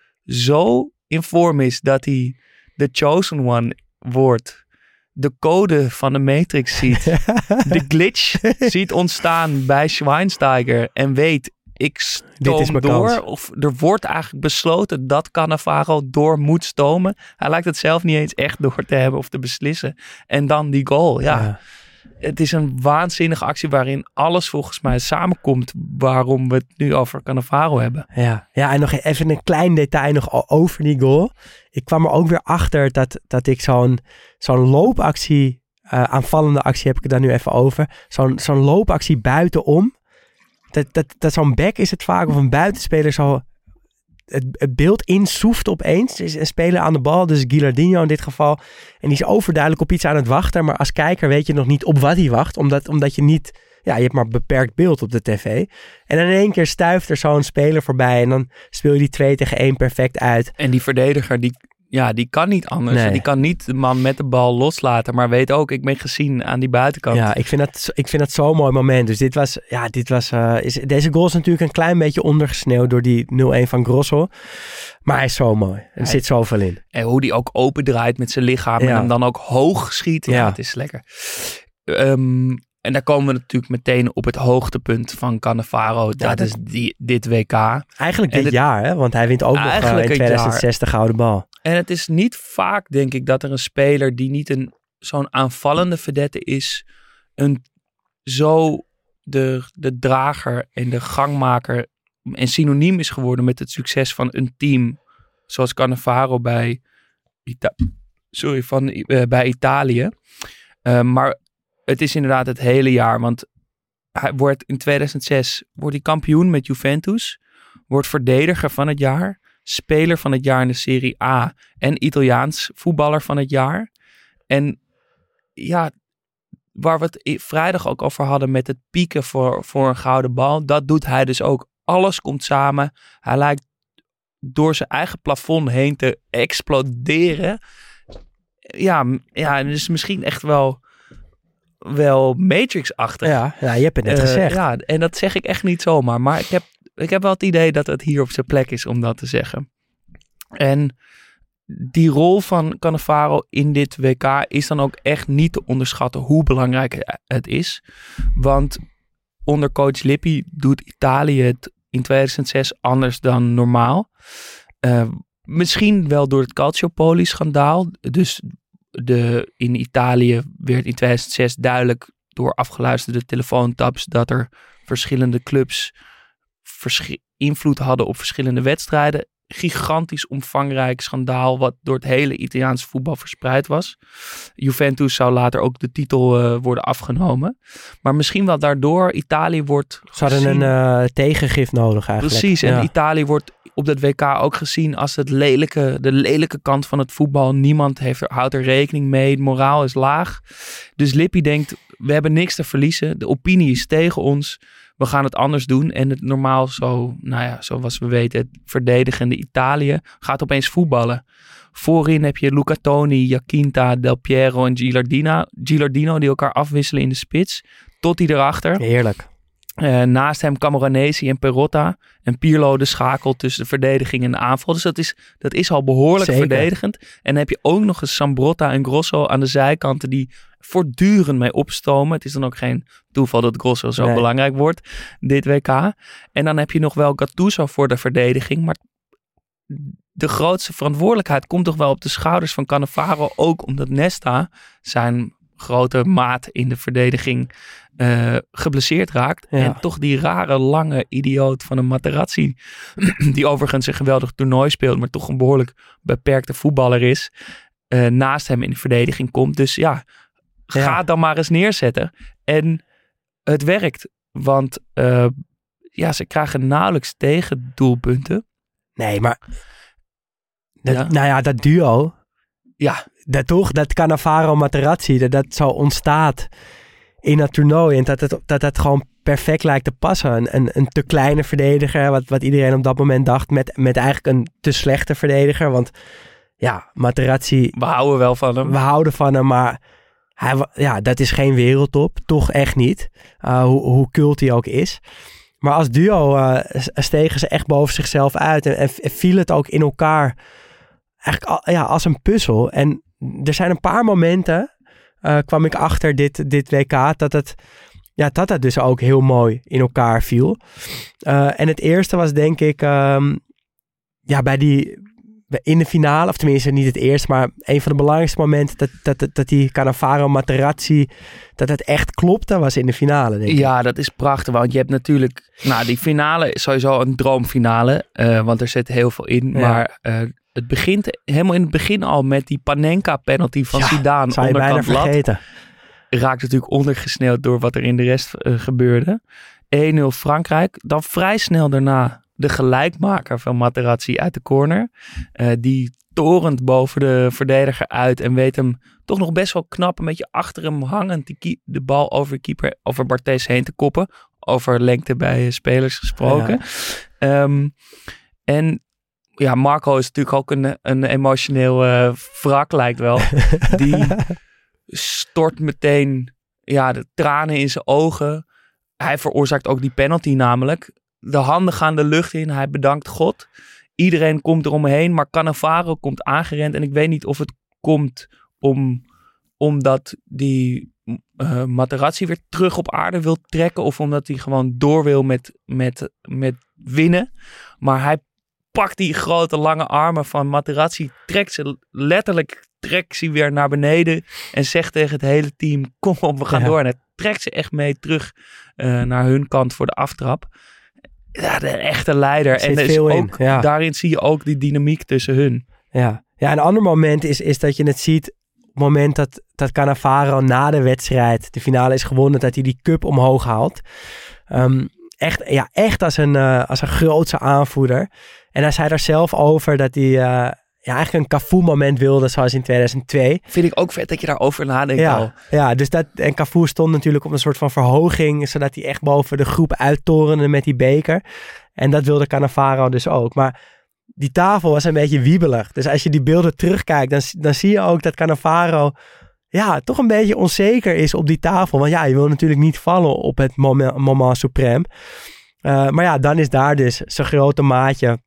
zo in vorm is dat hij de chosen one wordt, de code van de Matrix ziet, de glitch ziet ontstaan bij Schweinsteiger en weet, ik stoom door. Kans. Of er wordt eigenlijk besloten dat Cannavaro door moet stomen. Hij lijkt het zelf niet eens echt door te hebben of te beslissen. En dan die goal. Ja, ja. Het is een waanzinnige actie waarin alles volgens mij samenkomt waarom we het nu over Cannavaro hebben. Ja, ja, en nog even een klein detail nog over die goal. Ik kwam er ook weer achter dat, dat ik zo'n, zo'n loopactie, uh, aanvallende actie heb ik het daar nu even over. Zo'n, zo'n loopactie buitenom. Dat, dat, dat zo'n back is het vaak, of een buitenspeler zo het, het beeld insoeft opeens. Is een speler aan de bal, dus Gilardino in dit geval. En die is overduidelijk op iets aan het wachten. Maar als kijker weet je nog niet op wat hij wacht. Omdat, omdat je niet, ja, je hebt maar beperkt beeld op de tv. En dan in één keer stuift er zo'n speler voorbij. En dan speel je die twee tegen één perfect uit. En die verdediger, die, ja, die kan niet anders. Nee. Die kan niet de man met de bal loslaten. Maar weet ook, ik ben gezien aan die buitenkant. Ja, ik vind dat, ik vind dat zo'n mooi moment. Dus dit was, ja, dit was, uh, is, deze goal is natuurlijk een klein beetje ondergesneeuwd door die nul-een van Grosso. Maar hij is zo mooi. Er hij, zit zoveel in. En hoe die ook opendraait met zijn lichaam ja. en hem dan ook hoog schiet. Ja, ja. Het is lekker. Um, en daar komen we natuurlijk meteen op het hoogtepunt van Cannavaro. Dat, ja, dat is die, dit W K. Eigenlijk dit het, jaar, hè? Want hij wint ook nog uh, in tweeduizend zes de gouden bal. En het is niet vaak, denk ik, dat er een speler die niet een zo'n aanvallende vedette is, een zo de, de drager en de gangmaker en synoniem is geworden met het succes van een team zoals Cannavaro bij, Ita- sorry, van, uh, bij Italië. Uh, maar het is inderdaad het hele jaar, want hij wordt in tweeduizend zes wordt hij kampioen met Juventus, wordt verdediger van het jaar, speler van het jaar in de Serie A en Italiaans voetballer van het jaar. En ja, waar we het vrijdag ook over hadden met het pieken voor, voor een gouden bal, dat doet hij dus ook. Alles komt samen. Hij lijkt door zijn eigen plafond heen te exploderen. Ja, ja, dus misschien echt wel wel Matrix-achtig. Ja, ja, je hebt het net uh, gezegd. Ja, en dat zeg ik echt niet zomaar. Maar ik heb, ik heb wel het idee dat het hier op zijn plek is om dat te zeggen. En die rol van Cannavaro in dit W K is dan ook echt niet te onderschatten hoe belangrijk het is. Want onder coach Lippi doet Italië het in tweeduizend zes anders dan normaal. Uh, misschien wel door het Calciopoli-schandaal. Dus de, in Italië werd in tweeduizend zes duidelijk door afgeluisterde telefoontaps dat er verschillende clubs verschi- invloed hadden op verschillende wedstrijden. Gigantisch omvangrijk schandaal wat door het hele Italiaanse voetbal verspreid was. Juventus zou later ook de titel uh, worden afgenomen. Maar misschien wel daardoor Italië wordt Ze hadden gezien... een uh, tegengif nodig eigenlijk. Precies, en ja. Italië wordt op dat W K ook gezien als het lelijke, de lelijke kant van het voetbal. Niemand heeft er, houdt er rekening mee. De moraal is laag. Dus Lippi denkt, we hebben niks te verliezen. De opinie is tegen ons. We gaan het anders doen. En het normaal zo, nou ja, zoals we weten, het verdedigende Italië gaat opeens voetballen. Voorin heb je Luca Toni, Giacinta, Del Piero en Gilardino, Gilardino die elkaar afwisselen in de spits. Totti erachter. Heerlijk. Uh, naast hem Camoranesi en Perotta. En Pirlo de schakel tussen de verdediging en de aanval. Dus dat is, dat is al behoorlijk Zeker. verdedigend. En dan heb je ook nog eens Sambrotta en Grosso aan de zijkanten die voortdurend mee opstomen. Het is dan ook geen toeval dat Grosso zo nee. belangrijk wordt dit W K. En dan heb je nog wel Gattuso voor de verdediging. Maar de grootste verantwoordelijkheid komt toch wel op de schouders van Cannavaro. Ook omdat Nesta, zijn grote maat in de verdediging, uh, geblesseerd raakt. Ja. En toch die rare, lange idioot van een Materazzi, die overigens een geweldig toernooi speelt, maar toch een behoorlijk beperkte voetballer is, uh, naast hem in de verdediging komt. Dus ja, ga ja. dan maar eens neerzetten. En het werkt, want uh, ja, ze krijgen nauwelijks tegendoelpunten. Nee, maar dat, ja. nou ja, dat duo, ja, dat toch, dat Cannavaro Materazzi, dat, dat zo ontstaat in dat toernooi en dat het, dat het gewoon perfect lijkt te passen. Een, een, een te kleine verdediger, wat, wat iedereen op dat moment dacht, met, met eigenlijk een te slechte verdediger, want ja, Materazzi, we houden wel van hem. We houden van hem, maar hij, ja, dat is geen wereldtop, toch echt niet, uh, hoe, hoe cult hij ook is. Maar als duo uh, stegen ze echt boven zichzelf uit en, en, en viel het ook in elkaar eigenlijk al, ja, als een puzzel. En er zijn een paar momenten, uh, kwam ik achter dit, dit W K, dat het, ja, dat het dus ook heel mooi in elkaar viel. Uh, en het eerste was denk ik, um, ja, bij die, in de finale, of tenminste niet het eerste, maar een van de belangrijkste momenten dat, dat, dat, dat die Cannavaro Materazzi, dat het echt klopte, was in de finale, denk ik. Ja, dat is prachtig, want je hebt natuurlijk, nou, die finale is sowieso een droomfinale, uh, want er zit heel veel in, ja. maar uh, het begint helemaal in het begin al met die Panenka-penalty van ja, Zidane. Zou je bijna vergeten. Raakt natuurlijk ondergesneeuwd door wat er in de rest uh, gebeurde. één nul Frankrijk. Dan vrij snel daarna de gelijkmaker van Materazzi uit de corner. Uh, die torent boven de verdediger uit en weet hem toch nog best wel knap een beetje achter hem hangend die kie- de bal over keeper, over Barthez heen te koppen. Over lengte bij spelers gesproken. Ja. Um, en ja, Marco is natuurlijk ook een, een emotioneel uh, wrak, lijkt wel. Die stort meteen ja, de tranen in zijn ogen. Hij veroorzaakt ook die penalty namelijk. De handen gaan de lucht in. Hij bedankt God. Iedereen komt eromheen, maar Cannavaro komt aangerend. En ik weet niet of het komt om, omdat die uh, Materazzi weer terug op aarde wil trekken. Of omdat hij gewoon door wil met, met, met winnen. Maar hij pakt die grote lange armen van Materazzi. Trekt ze letterlijk trekt ze weer naar beneden. En zegt tegen het hele team, kom op, we gaan ja. door. En hij trekt ze echt mee terug uh, naar hun kant voor de aftrap. Ja, de echte leider. En dus ook, ja. daarin zie je ook die dynamiek tussen hun. Ja, ja een ander moment is, is dat je het ziet op het moment dat, dat Cannavaro na de wedstrijd, de finale is gewonnen, dat hij die cup omhoog haalt. Um, echt, ja, echt als een, uh, als een grootse aanvoerder. En hij zei daar zelf over dat hij uh, ja, eigenlijk een Cafu moment wilde, zoals in tweeduizend twee. Vind ik ook vet dat je daarover nadenkt ja, al. Ja, dus dat, en Cafu stond natuurlijk op een soort van verhoging, zodat hij echt boven de groep uittorende met die beker. En dat wilde Cannavaro dus ook. Maar die tafel was een beetje wiebelig. Dus als je die beelden terugkijkt, dan, dan zie je ook dat Cannavaro ja, toch een beetje onzeker is op die tafel. Want ja, je wil natuurlijk niet vallen op het moment, moment suprême. Uh, maar ja, dan is daar dus zijn grote maatje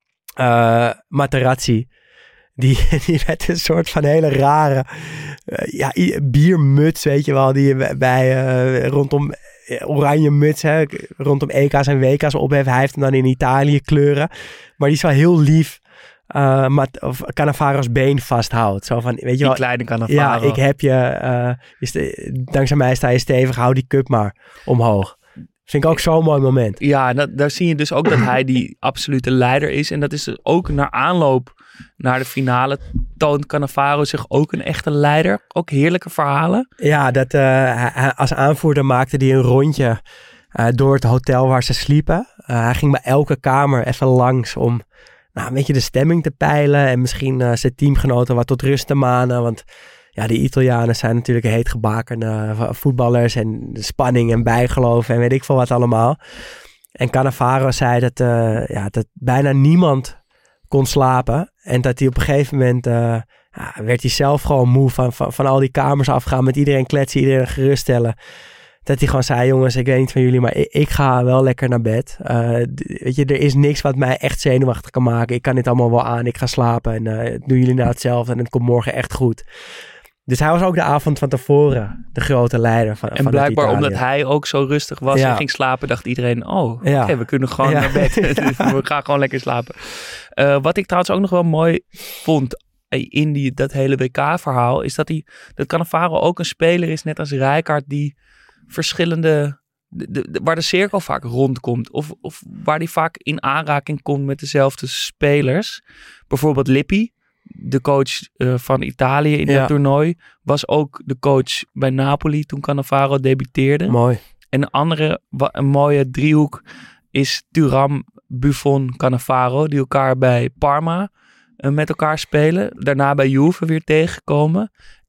uh, Materazzi. Die, die met een soort van hele rare uh, ja, biermuts, weet je wel, die je bij uh, rondom oranje muts, hè, rondom E K's en W K's op heeft. Hij heeft hem dan in Italië kleuren. Maar die is wel heel lief. Uh, Mat- of Cannavaro's been vasthoudt. Zo van, weet je die wel, kleine Cannavaro. Ja, ik heb je, uh, is de, dankzij mij sta je stevig, hou die cup maar omhoog. Vind ik ook zo'n mooi moment. Ja, dat, daar zie je dus ook dat hij die absolute leider is. En dat is ook naar aanloop naar de finale toont Cannavaro zich ook een echte leider. Ook heerlijke verhalen. Ja, dat, uh, hij, als aanvoerder maakte hij een rondje uh, door het hotel waar ze sliepen. Uh, hij ging bij elke kamer even langs om nou, een beetje de stemming te peilen. En misschien uh, zijn teamgenoten wat tot rust te manen. Want ja, die Italianen zijn natuurlijk heetgebakerde voetballers. En de spanning en bijgeloof en weet ik veel wat allemaal. En Cannavaro zei dat, uh, ja, dat bijna niemand kon slapen. En dat hij op een gegeven moment uh, ja, werd hij zelf gewoon moe van, van, van al die kamers afgaan. Met iedereen kletsen, iedereen geruststellen. Dat hij gewoon zei, jongens, ik weet niet van jullie, maar ik, ik ga wel lekker naar bed. Uh, weet je, er is niks wat mij echt zenuwachtig kan maken. Ik kan dit allemaal wel aan, ik ga slapen en uh, doen jullie nou hetzelfde en het komt morgen echt goed. Dus hij was ook de avond van tevoren de grote leider van, en van blijkbaar omdat hij ook zo rustig was ja. en ging slapen, dacht iedereen, oh, ja. oké, okay, we kunnen gewoon ja. naar bed. We gaan gewoon lekker slapen. Uh, wat ik trouwens ook nog wel mooi vond in die, dat hele W K-verhaal, is dat, hij, dat Cannavaro ook een speler is, net als Rijkaard, die verschillende, de, de, waar de cirkel vaak rondkomt. Of, of waar die vaak in aanraking komt met dezelfde spelers. Bijvoorbeeld Lippi, de coach uh, van Italië in ja. dat toernooi, was ook de coach bij Napoli toen Cannavaro debuteerde. Mooi. En een andere, een mooie driehoek is Thuram, Buffon, Cannavaro, die elkaar bij Parma uh, met elkaar spelen. Daarna bij Juve weer tegenkomen.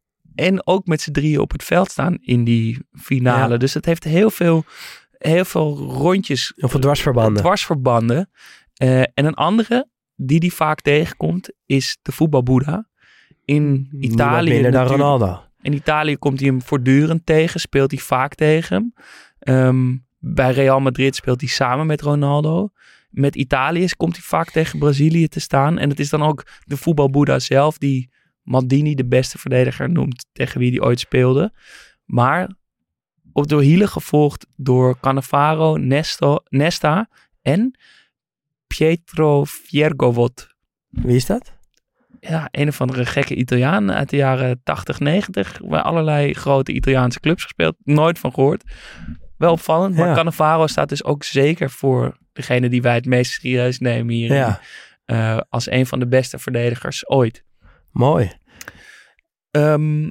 En ook met z'n drieën op het veld staan in die finale. Ja. Dus het heeft heel veel, heel veel rondjes. Heel veel dwarsverbanden. Dwarsverbanden. Uh, en een andere die die vaak tegenkomt is de voetbalboeddha. In Italië. Minder dan Ronaldo. In Italië komt hij hem voortdurend tegen. Speelt hij vaak tegen hem. Um, bij Real Madrid speelt hij samen met Ronaldo. Met Italië komt hij vaak tegen Brazilië te staan. En het is dan ook de voetbalboeddha zelf die Maldini de beste verdediger noemt tegen wie hij ooit speelde. Maar op de hielen gevolgd door Cannavaro, Nesto, Nesta en Pietro Fiergovot. Wie is dat? Ja, een of andere gekke Italiaan uit de jaren tachtig, negentig. Bij allerlei grote Italiaanse clubs gespeeld. Nooit van gehoord. Wel opvallend. Maar ja. Cannavaro staat dus ook zeker voor degene die wij het meest serieus nemen hier. Ja. Uh, als een van de beste verdedigers ooit. Mooi. Um,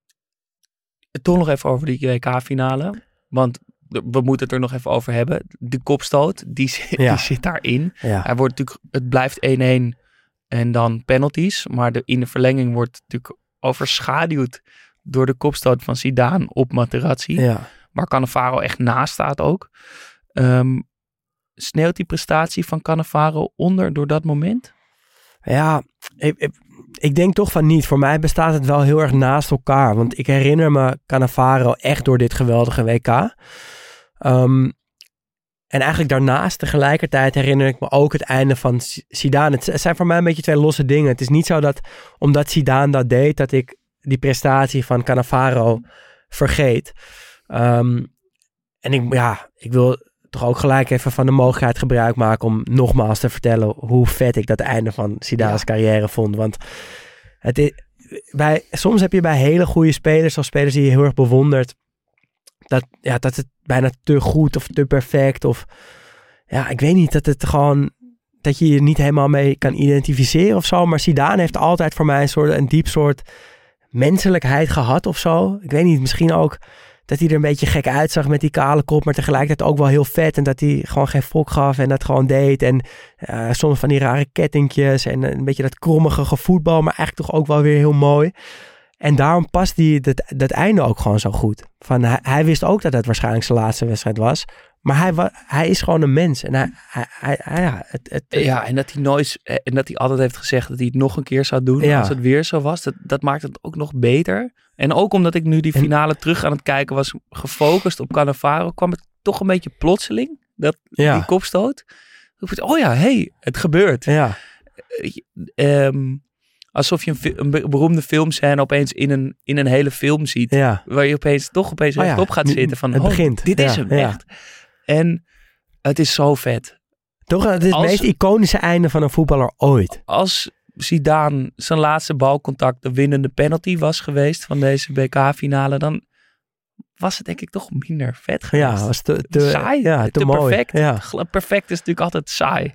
toch nog even over die W K-finale. Want we moeten het er nog even over hebben. De kopstoot, die, ja. die zit daarin. Ja. Hij wordt natuurlijk, het blijft één-één en dan penalties. Maar de, in de verlenging wordt natuurlijk overschaduwd door de kopstoot van Zidane op Materazzi. Ja. Waar Cannavaro echt naast staat ook. Um, sneeuwt die prestatie van Cannavaro onder door dat moment? Ja, ik, ik, ik denk toch van niet. Voor mij bestaat het wel heel erg naast elkaar. Want ik herinner me Cannavaro echt door dit geweldige W K. Um, en eigenlijk daarnaast tegelijkertijd herinner ik me ook het einde van Zidane. Het zijn voor mij een beetje twee losse dingen. Het is niet zo dat omdat Zidane dat deed, dat ik die prestatie van Cannavaro vergeet. Um, en ik, ja, ik wil toch ook gelijk even van de mogelijkheid gebruik maken om nogmaals te vertellen hoe vet ik dat einde van Zidane's ja. carrière vond. Want het is, bij, soms heb je bij hele goede spelers, of spelers die je heel erg bewondert, dat, ja, dat het bijna te goed of te perfect of ja, ik weet niet, dat het gewoon dat je je niet helemaal mee kan identificeren of zo. Maar Zidane heeft altijd voor mij een soort een diep soort menselijkheid gehad of zo. Ik weet niet, misschien ook dat hij er een beetje gek uitzag met die kale kop, maar tegelijkertijd ook wel heel vet. En dat hij gewoon geen fok gaf en dat gewoon deed. En uh, soms van die rare kettingjes en een beetje dat krommige gevoetbal, maar eigenlijk toch ook wel weer heel mooi. En daarom past die dat, dat einde ook gewoon zo goed. Van, hij, hij wist ook dat het waarschijnlijk zijn laatste wedstrijd was. Maar hij, wa, hij is gewoon een mens. En hij, hij, hij, hij, ja, het, het, het, ja, en dat hij nooit en dat hij altijd heeft gezegd dat hij het nog een keer zou doen ja. als het weer zo was. Dat, dat maakt het ook nog beter. En ook omdat ik nu die finale en, terug aan het kijken was, gefocust op Cannavaro, kwam het toch een beetje plotseling, dat, ja. die kopstoot. Oh ja, hé, hey, het gebeurt. Ja. Um, alsof je een, een beroemde filmscène opeens in een, in een hele film ziet. Ja. Waar je opeens toch opeens oh rechtop ja, gaat zitten. Van, het oh, begint. Dit is ja, hem, ja. echt. En het is zo vet. Toch, het is het als, meest iconische einde van een voetballer ooit. Als Zidane zijn laatste balcontact de winnende penalty was geweest van deze B K-finale, dan was het denk ik toch minder vet geweest. Ja, was te, te saai. Ja, te, te mooi. perfect. Ja. Perfect is natuurlijk altijd saai.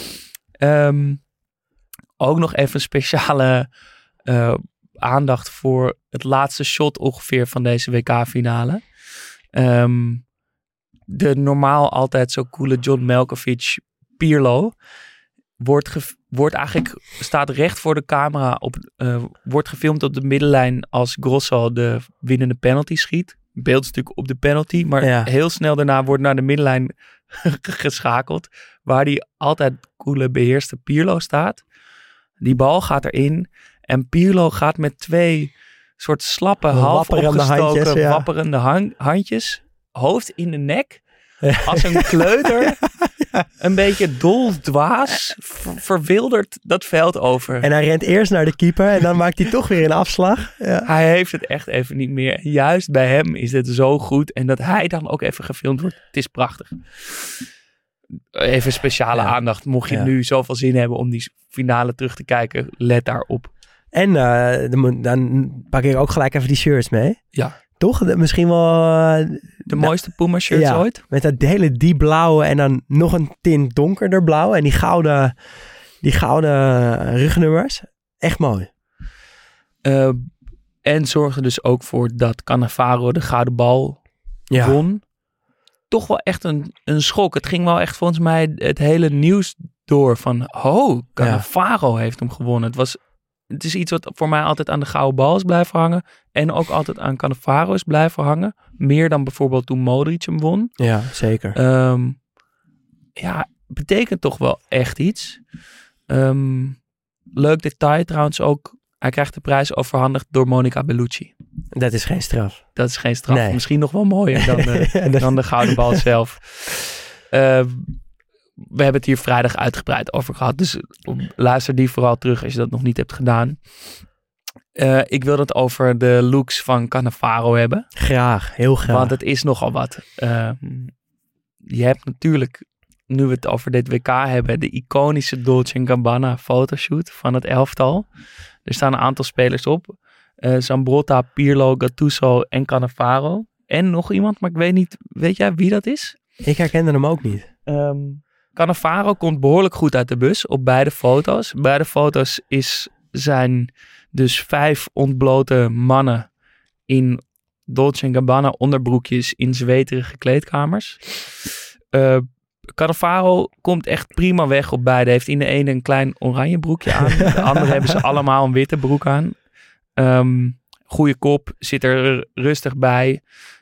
Um, ook nog even speciale uh, aandacht voor het laatste shot ongeveer van deze W K-finale. Um, de normaal altijd zo coole John Malkovich Pirlo wordt, ge- wordt eigenlijk, staat recht voor de camera, op, uh, wordt gefilmd op de middenlijn als Grosso de winnende penalty schiet. Beeld is natuurlijk op de penalty, maar ja. heel snel daarna wordt naar de middenlijn geschakeld, waar die altijd coole beheerste Pirlo staat. Die bal gaat erin en Pirlo gaat met twee soort slappe, half opgestoken, handjes, ja. wapperende hang- handjes, hoofd in de nek, ja. als een kleuter, ja, ja. een beetje doldwaas, ver- verwilderd dat veld over. En hij rent eerst naar de keeper en dan maakt hij toch weer een afslag. Ja. Hij heeft het echt even niet meer. En juist bij hem is dit zo goed en dat hij dan ook even gefilmd wordt, het is prachtig. Even speciale ja. aandacht. Mocht je ja. nu zoveel zin hebben om die finale terug te kijken, let daarop. En uh, dan pak ik ook gelijk even die shirts mee. Ja. Toch? De, misschien wel... Uh, de mooiste Puma shirts ja, ooit. Met dat hele diep blauwe en dan nog een tint donkerder blauw. En die gouden, die gouden rugnummers. Echt mooi. Uh, en zorgde dus ook voor dat Cannavaro de gouden bal ja. won. Toch wel echt een, een schok. Het ging wel echt volgens mij het hele nieuws door van, oh, Cannavaro ja. heeft hem gewonnen. Het was, het is iets wat voor mij altijd aan de gouden bal is blijven hangen en ook altijd aan Cannavaro is blijven hangen. Meer dan bijvoorbeeld toen Modric hem won. Ja, zeker. Um, ja, betekent toch wel echt iets. Um, leuk detail trouwens ook. Hij krijgt de prijs overhandigd door Monica Bellucci. Dat is geen straf. Dat is geen straf. Nee. Misschien nog wel mooier dan de, ja, dat... dan de gouden bal zelf. Uh, we hebben het hier vrijdag uitgebreid over gehad. Dus luister die vooral terug als je dat nog niet hebt gedaan. Uh, ik wil het over de looks van Cannavaro hebben. Graag, heel graag. Want het is nogal wat. Uh, je hebt natuurlijk, nu we het over dit W K hebben, de iconische Dolce en Gabbana fotoshoot van het elftal. Er staan een aantal spelers op. Uh, Zambrotta, Pirlo, Gattuso en Cannavaro. En nog iemand, maar ik weet niet, weet jij wie dat is? Ik herkende hem ook niet. Um, Cannavaro komt behoorlijk goed uit de bus op beide foto's. Beide foto's is, zijn dus vijf ontblote mannen in Dolce en Gabbana onderbroekjes in zweterige kleedkamers. Uh, Cannavaro komt echt prima weg op beide. Heeft in de ene een klein oranje broekje aan. De andere hebben ze allemaal een witte broek aan. Um, goeie kop, zit er rustig bij.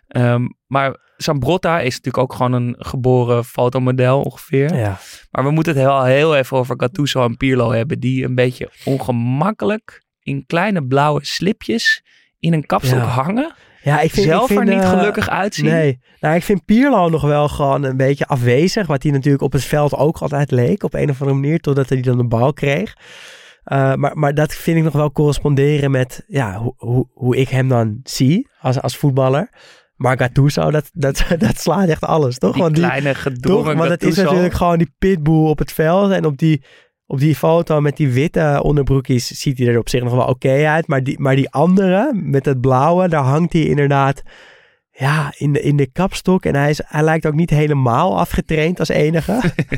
Um, maar Zambrotta is natuurlijk ook gewoon een geboren fotomodel ongeveer. Ja. Maar we moeten het heel, heel even over Gattuso en Pirlo hebben. Die een beetje ongemakkelijk in kleine blauwe slipjes in een kapstok Ja. hangen. Ja, ik vind, Zelf ik vind, er niet uh, gelukkig uitzien. Nee, nou, ik vind Pirlo nog wel gewoon een beetje afwezig. Wat hij natuurlijk op het veld ook altijd leek. Op een of andere manier, totdat hij dan de bal kreeg. Uh, maar, maar dat vind ik nog wel corresponderen met ja, hoe, hoe, hoe ik hem dan zie als, als voetballer. Maar Gattuso, dat, dat, dat slaat echt alles, toch? Die want die, kleine gedrongen toch? Want het is Gattuso. natuurlijk gewoon die pitbull op het veld. En op die, op die foto met die witte onderbroekjes ziet hij er op zich nog wel oké okay uit. Maar die, maar die andere, met het blauwe, daar hangt hij inderdaad ja, in, de, in de kapstok. En hij, is, hij lijkt ook niet helemaal afgetraind als enige.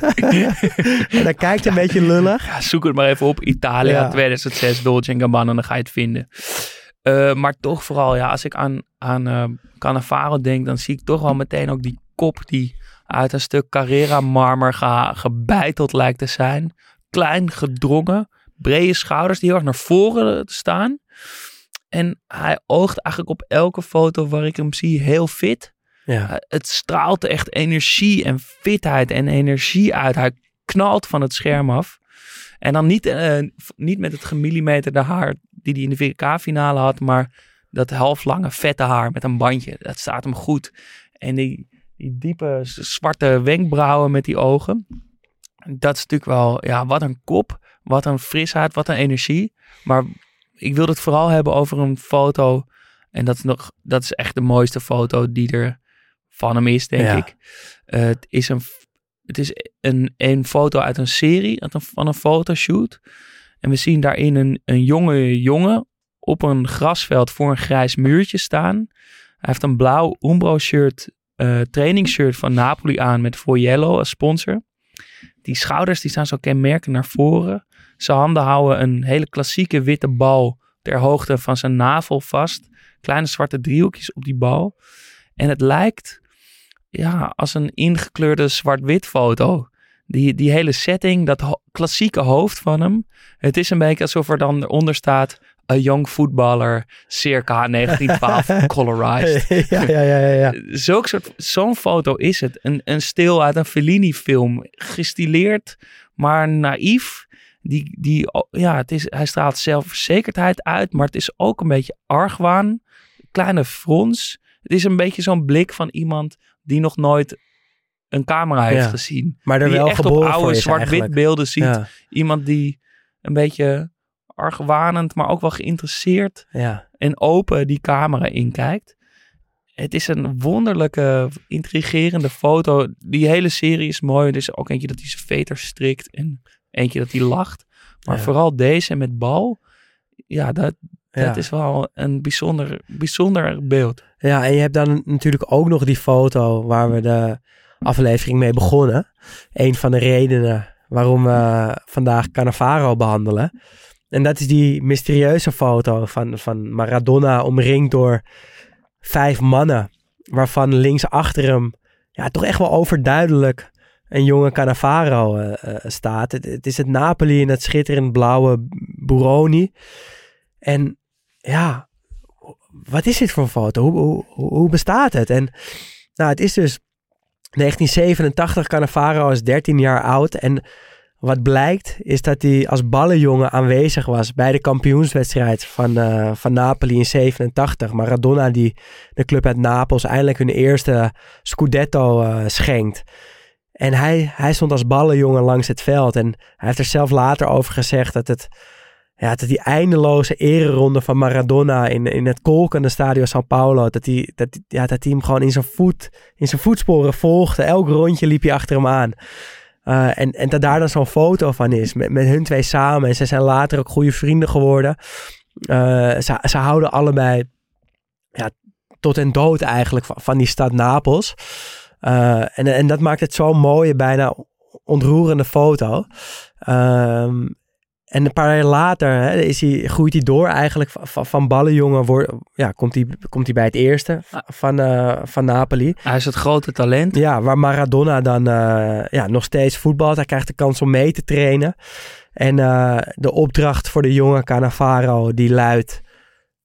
En hij kijkt een beetje lullig. Ja, zoek het maar even op. Italia Ja. tweeduizend zes, Dolce en Gabbana, dan ga je het vinden. Uh, maar toch vooral, ja, als ik aan, aan uh, Cannavaro denk, dan zie ik toch wel meteen ook die kop die uit een stuk Carrera marmer ge, gebeiteld lijkt te zijn. Klein, gedrongen, brede schouders die heel erg naar voren staan. En hij oogt eigenlijk op elke foto waar ik hem zie heel fit. Ja. Uh, het straalt echt energie en fitheid en energie uit. Hij knalt van het scherm af. En dan niet, uh, niet met het gemillimeterde haar die hij in de V K-finale had, maar dat halflange vette haar met een bandje. Dat staat hem goed. En die, die diepe zwarte wenkbrauwen met die ogen. Dat is natuurlijk wel, ja, wat een kop, wat een frisheid, wat een energie. Maar ik wil het vooral hebben over een foto. En dat is, nog, dat is echt de mooiste foto die er van hem is, denk Ja. ik. Uh, het is een... Het is een, een foto uit een serie, uit een, van een fotoshoot. En we zien daarin een, een jonge jongen op een grasveld voor een grijs muurtje staan. Hij heeft een blauw Umbro shirt, uh, trainingsshirt van Napoli aan met Voyello als sponsor. Die schouders die staan zo kenmerkend naar voren. Zijn handen houden een hele klassieke witte bal ter hoogte van zijn navel vast. Kleine zwarte driehoekjes op die bal. En het lijkt... ja, als een ingekleurde zwart-wit foto. Die, die hele setting, dat ho- klassieke hoofd van hem. Het is een beetje alsof er dan eronder staat... a young footballer, circa negentien twaalf, colorized. ja, ja, ja, ja, ja. Zulk soort, zo'n foto is het. Een, een stil uit een Fellini-film. Gestileerd, maar naïef. Die, die, ja, het is, hij straalt zelfverzekerdheid uit, maar het is ook een beetje argwaan. Kleine frons. Het is een beetje zo'n blik van iemand... die nog nooit een camera heeft Ja. gezien. Maar er die wel echt op geboren oude voor is zwart-wit eigenlijk. beelden ziet. Ja. Iemand die een beetje argwanend, maar ook wel geïnteresseerd Ja. en open die camera inkijkt. Het is een wonderlijke, intrigerende foto. Die hele serie is mooi. Er is ook eentje dat hij zijn veter strikt en eentje dat hij lacht. Maar Ja. vooral deze met bal. Ja, dat, dat Ja. is wel een bijzonder, bijzonder beeld. Ja, en je hebt dan natuurlijk ook nog die foto waar we de aflevering mee begonnen. Een van de redenen waarom we vandaag Cannavaro behandelen. En dat is die mysterieuze foto van, van Maradona omringd door vijf mannen. Waarvan links achter hem ja, toch echt wel overduidelijk een jonge Cannavaro uh, uh, staat. Het, het is het Napoli in het schitterend blauwe Buroni. En ja... wat is dit voor een foto? Hoe, hoe, hoe bestaat het? En nou, het is dus negentien zevenentachtig. Cannavaro is dertien jaar oud. En wat blijkt is dat hij als ballenjongen aanwezig was bij de kampioenswedstrijd van, uh, van Napoli in zevenentachtig. Maradona die de club uit Napels eindelijk hun eerste Scudetto uh, schenkt. En hij, hij stond als ballenjongen langs het veld. En hij heeft er zelf later over gezegd dat het... ja, dat die eindeloze ereronde van Maradona in, in het kolkende Stadio San Paolo, dat hij dat, ja, dat hij hem gewoon in zijn, voet, in zijn voetsporen volgde. Elk rondje liep hij achter hem aan. Uh, en, en dat daar dan zo'n foto van is, met, met hun twee samen. En ze zijn later ook goede vrienden geworden. Uh, ze, ze houden allebei ja, tot en dood eigenlijk van, van die stad Napels. Uh, en, en dat maakt het zo'n mooie, bijna ontroerende foto. Um, En een paar jaar later hè, is hij, groeit hij door eigenlijk van, van ballenjongen. Wordt, ja, komt, hij, komt hij bij het eerste van, uh, van Napoli. Hij is het grote talent. Ja, waar Maradona dan uh, ja, nog steeds voetbalt. Hij krijgt de kans om mee te trainen. En uh, de opdracht voor de jonge Cannavaro die luidt...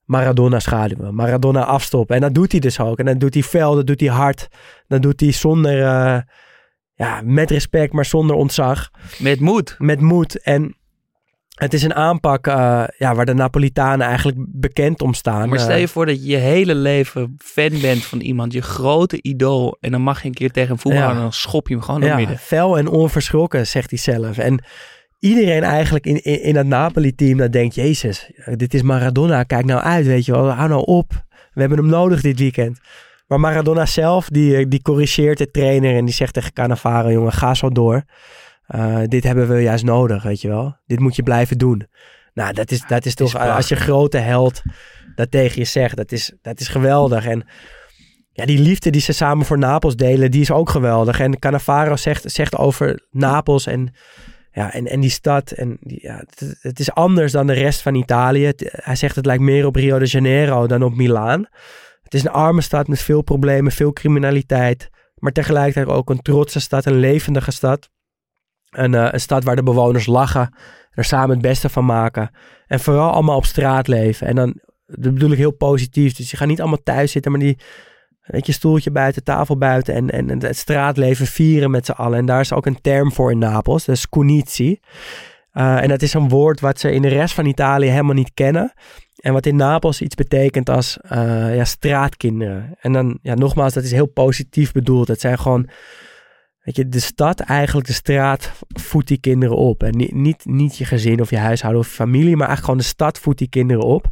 Maradona schaduwen, Maradona afstoppen. En dat doet hij dus ook. En dat doet hij fel, dat doet hij hard. Dat doet hij zonder, uh, ja, met respect, maar zonder ontzag. Met moed. Met moed. En het is een aanpak uh, ja, waar de Napolitanen eigenlijk bekend om staan. Maar stel je voor dat je je hele leven fan bent van iemand, je grote idool. En dan mag je een keer tegen een voetballer ja. en dan schop je hem gewoon naar ja, midden. Fel en onverschrokken, zegt hij zelf. En iedereen eigenlijk in, in, in het Napoli-team dat denkt, Jezus, dit is Maradona, kijk nou uit, weet je wel, hou nou op. We hebben hem nodig dit weekend. Maar Maradona zelf, die, die corrigeert de trainer en die zegt tegen Cannavaro, jongen, ga zo door. Uh, dit hebben we juist nodig, weet je wel. Dit moet je blijven doen. Nou, dat is, dat is toch, is als je grote held dat tegen je zegt, dat is, dat is geweldig. En ja, die liefde die ze samen voor Napels delen, die is ook geweldig. En Cannavaro zegt, zegt over Napels en... Ja, en, en die stad, en die, ja, het, het is anders dan de rest van Italië. Het, hij zegt het lijkt meer op Rio de Janeiro dan op Milaan. Het is een arme stad met veel problemen, veel criminaliteit. Maar tegelijkertijd ook een trotse stad, een levendige stad. Een, uh, een stad waar de bewoners lachen, er samen het beste van maken. En vooral allemaal op straat leven. En dan, dat bedoel ik heel positief. Dus je gaat niet allemaal thuis zitten, maar die... Weet je, stoeltje buiten, tafel buiten en, en, en het straatleven vieren met z'n allen. En daar is ook een term voor in Napels, dat is cunizie. Uh, en dat is een woord wat ze in de rest van Italië helemaal niet kennen. En wat in Napels iets betekent als uh, ja, straatkinderen. En dan, ja, nogmaals, dat is heel positief bedoeld. Het zijn gewoon, weet je, de stad eigenlijk, de straat voedt die kinderen op. En niet, niet, niet je gezin of je huishouden of je familie, maar eigenlijk gewoon de stad voedt die kinderen op.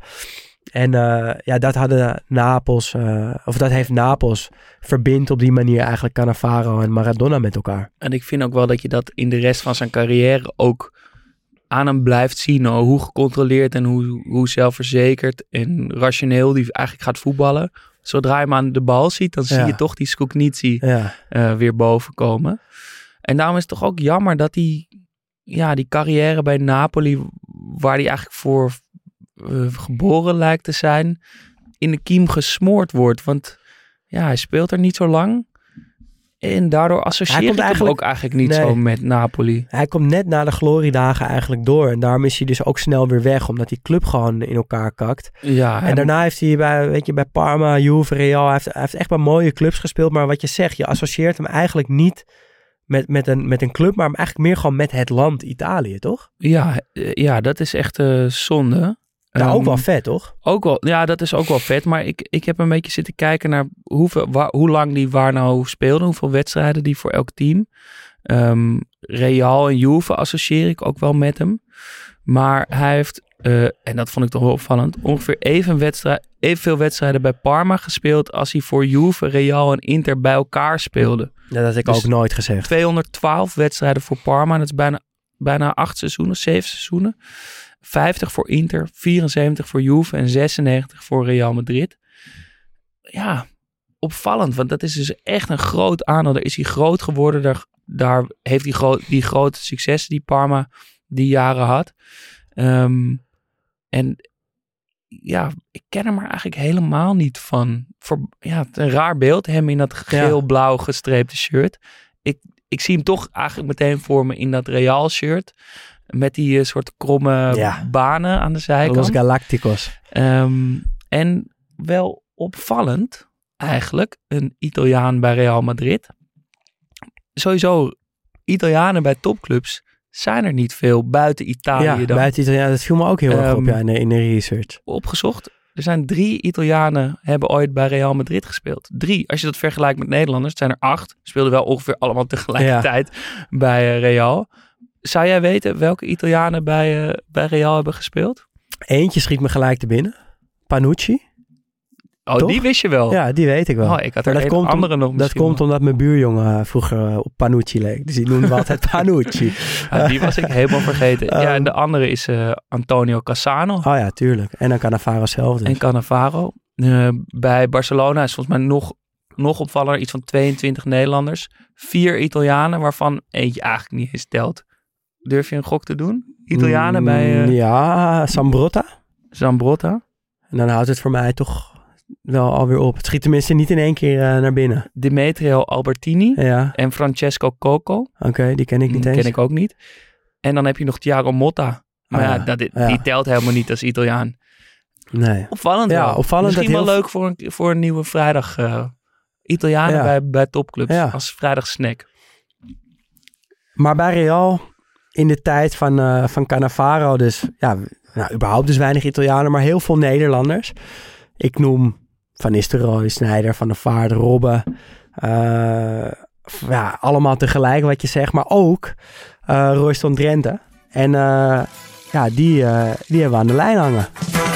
En uh, ja, dat hadden Napels, uh, of dat heeft Napels, verbindt op die manier eigenlijk Cannavaro en Maradona met elkaar. En ik vind ook wel dat je dat in de rest van zijn carrière ook aan hem blijft zien. Hoor. Hoe gecontroleerd en hoe, hoe zelfverzekerd en rationeel die eigenlijk gaat voetballen. Zodra je hem aan de bal ziet, dan zie ja. je toch die Skuknici ja. uh, weer boven komen. En daarom is het toch ook jammer dat die, ja, die carrière bij Napoli, waar hij eigenlijk voor... Uh, geboren lijkt te zijn, in de kiem gesmoord wordt. Want ja, hij speelt er niet zo lang. En daardoor associeer ik hem ook eigenlijk niet nee, zo met Napoli. Hij komt net na de gloriedagen eigenlijk door. En daarom is hij dus ook snel weer weg. Omdat die club gewoon in elkaar kakt. Ja, en daarna heeft hij bij, weet je, bij Parma, Juve, Real. Hij heeft, hij heeft echt bij mooie clubs gespeeld. Maar wat je zegt, je associeert hem eigenlijk niet met, met, een, met een club. Maar eigenlijk meer gewoon met het land Italië, toch? Ja, ja, dat is echt uh, zonde. Ja, ook wel vet, toch? Ook wel, ja, dat is ook wel vet. Maar ik, ik heb een beetje zitten kijken naar hoeveel, waar, hoe lang die waar nou speelde. Hoeveel wedstrijden die voor elk team. Um, Real en Juve associeer ik ook wel met hem. Maar hij heeft, uh, en dat vond ik toch wel opvallend, ongeveer even wedstrijd, evenveel wedstrijden bij Parma gespeeld als hij voor Juve, Real en Inter bij elkaar speelde. Ja, dat had ik dus ook nooit gezegd. tweehonderdtwaalf wedstrijden voor Parma. Dat is bijna, bijna acht seizoenen, zeven seizoenen. vijftig voor Inter, vierenzeventig voor Juve en zesennegentig voor Real Madrid. Ja, opvallend, want dat is dus echt een groot aandeel. Daar is hij groot geworden, daar, daar heeft hij gro- die grote successen die Parma die jaren had. Um, en ja, ik ken hem er eigenlijk helemaal niet van. Voor, ja, een raar beeld, hem in dat geel-blauw gestreepte shirt. Ik, ik zie hem toch eigenlijk meteen voor me in dat Real shirt. Met die uh, soort kromme ja. banen aan de zijkant. Los Galacticos. Um, en wel opvallend eigenlijk, een Italiaan bij Real Madrid. Sowieso, Italianen bij topclubs zijn er niet veel buiten Italië ja, dan. buiten Italië, dat viel me ook heel um, erg op ja, in, de, in de research. Opgezocht. Er zijn drie Italianen hebben ooit bij Real Madrid gespeeld. Drie. Als je dat vergelijkt met Nederlanders, het zijn er acht. Speelden wel ongeveer allemaal tegelijkertijd ja. bij uh, Real. Zou jij weten welke Italianen bij, uh, bij Real hebben gespeeld? Eentje schiet me gelijk te binnen. Panucci. Oh, Toch? Die wist je wel. Ja, die weet ik wel. Oh, ik had er dat een komt andere om, nog Dat komt omdat mijn buurjongen vroeger op Panucci leek. Dus die noemden we altijd Panucci. Ja, die was ik helemaal vergeten. Um, ja, en de andere is uh, Antonio Cassano. Oh ja, tuurlijk. En dan Cannavaro zelf dus. En Cannavaro. Uh, bij Barcelona is volgens mij nog, nog opvallender. Iets van tweeëntwintig Nederlanders. Vier Italianen, waarvan eentje eigenlijk niet eens telt. Durf je een gok te doen? Italianen mm, bij... Uh, ja, Zambrotta. Zambrotta. En dan houdt het voor mij toch wel alweer op. Het schiet tenminste niet in één keer uh, naar binnen. Demetrio Albertini ja. en Francesco Coco. Oké, okay, die ken ik niet die eens. ken ik ook niet. En dan heb je nog Thiago Motta. Maar oh, ja, ja, dat, die, ja, die telt helemaal niet als Italiaan. Nee. Opvallend Ja, wel. opvallend Misschien dat wel heel leuk voor een, voor een nieuwe vrijdag. Uh, Italianen Ja. bij, bij topclubs Ja. als vrijdagsnack. Maar bij Real, in de tijd van, uh, van Cannavaro, dus ja, nou, überhaupt dus weinig Italianen, maar heel veel Nederlanders. Ik noem Van Nistelrooy, Sneijder, Van der Vaart, Robben. Uh, ja, allemaal tegelijk wat je zegt, maar ook uh, Royston Drenthe. En uh, ja, die, uh, die hebben we aan de lijn hangen.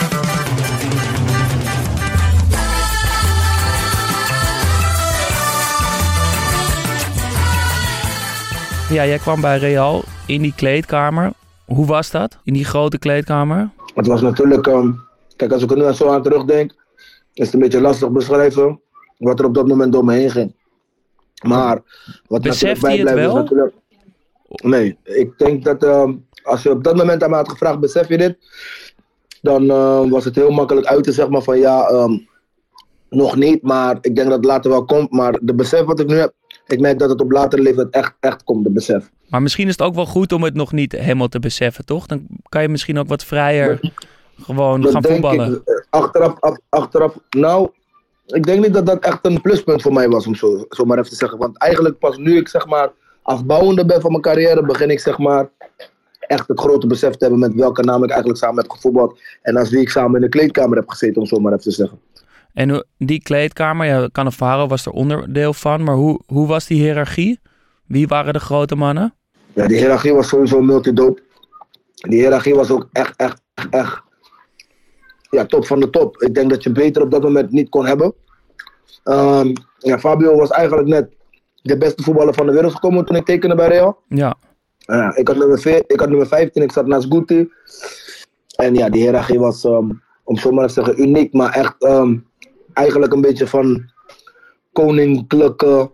Ja, jij kwam bij Real in die kleedkamer. Hoe was dat, in die grote kleedkamer? Het was natuurlijk, um, kijk, als ik er nu zo aan terugdenk, is het een beetje lastig beschrijven wat er op dat moment door me heen ging. Maar wat Beseft natuurlijk bijblijft is wel? natuurlijk... Nee, ik denk dat um, als je op dat moment aan me had gevraagd, besef je dit? Dan uh, was het heel makkelijk uit te zeggen maar van ja, um, nog niet, maar ik denk dat het later wel komt. Maar de besef wat ik nu heb, ik merk dat het op latere leeftijd echt, echt komt, de besef. Maar misschien is het ook wel goed om het nog niet helemaal te beseffen, toch? Dan kan je misschien ook wat vrijer dat, gewoon dat gaan denk voetballen. Ik, achteraf, af, achteraf, nou, ik denk niet dat dat echt een pluspunt voor mij was, om zo, zo maar even te zeggen. Want eigenlijk pas nu ik zeg maar afbouwende ben van mijn carrière, begin ik zeg maar echt het grote besef te hebben met welke naam ik eigenlijk samen heb gevoetbald. En als wie ik samen in de kleedkamer heb gezeten, om zo maar even te zeggen. En die kleedkamer, ja, Cannavaro was er onderdeel van, maar hoe, hoe was die hiërarchie? Wie waren de grote mannen? Ja, die hiërarchie was sowieso multidoop. Die hiërarchie was ook echt, echt, echt, ja, top van de top. Ik denk dat je beter op dat moment niet kon hebben. Um, ja, Fabio was eigenlijk net de beste voetballer van de wereld gekomen toen ik tekende bij Real. Ja. Uh, ik, had nummer veer, ik had nummer vijftien, ik zat naast Guti. En ja, die hiërarchie was, um, om zo maar te zeggen, uniek, maar echt um, eigenlijk een beetje van koninklijke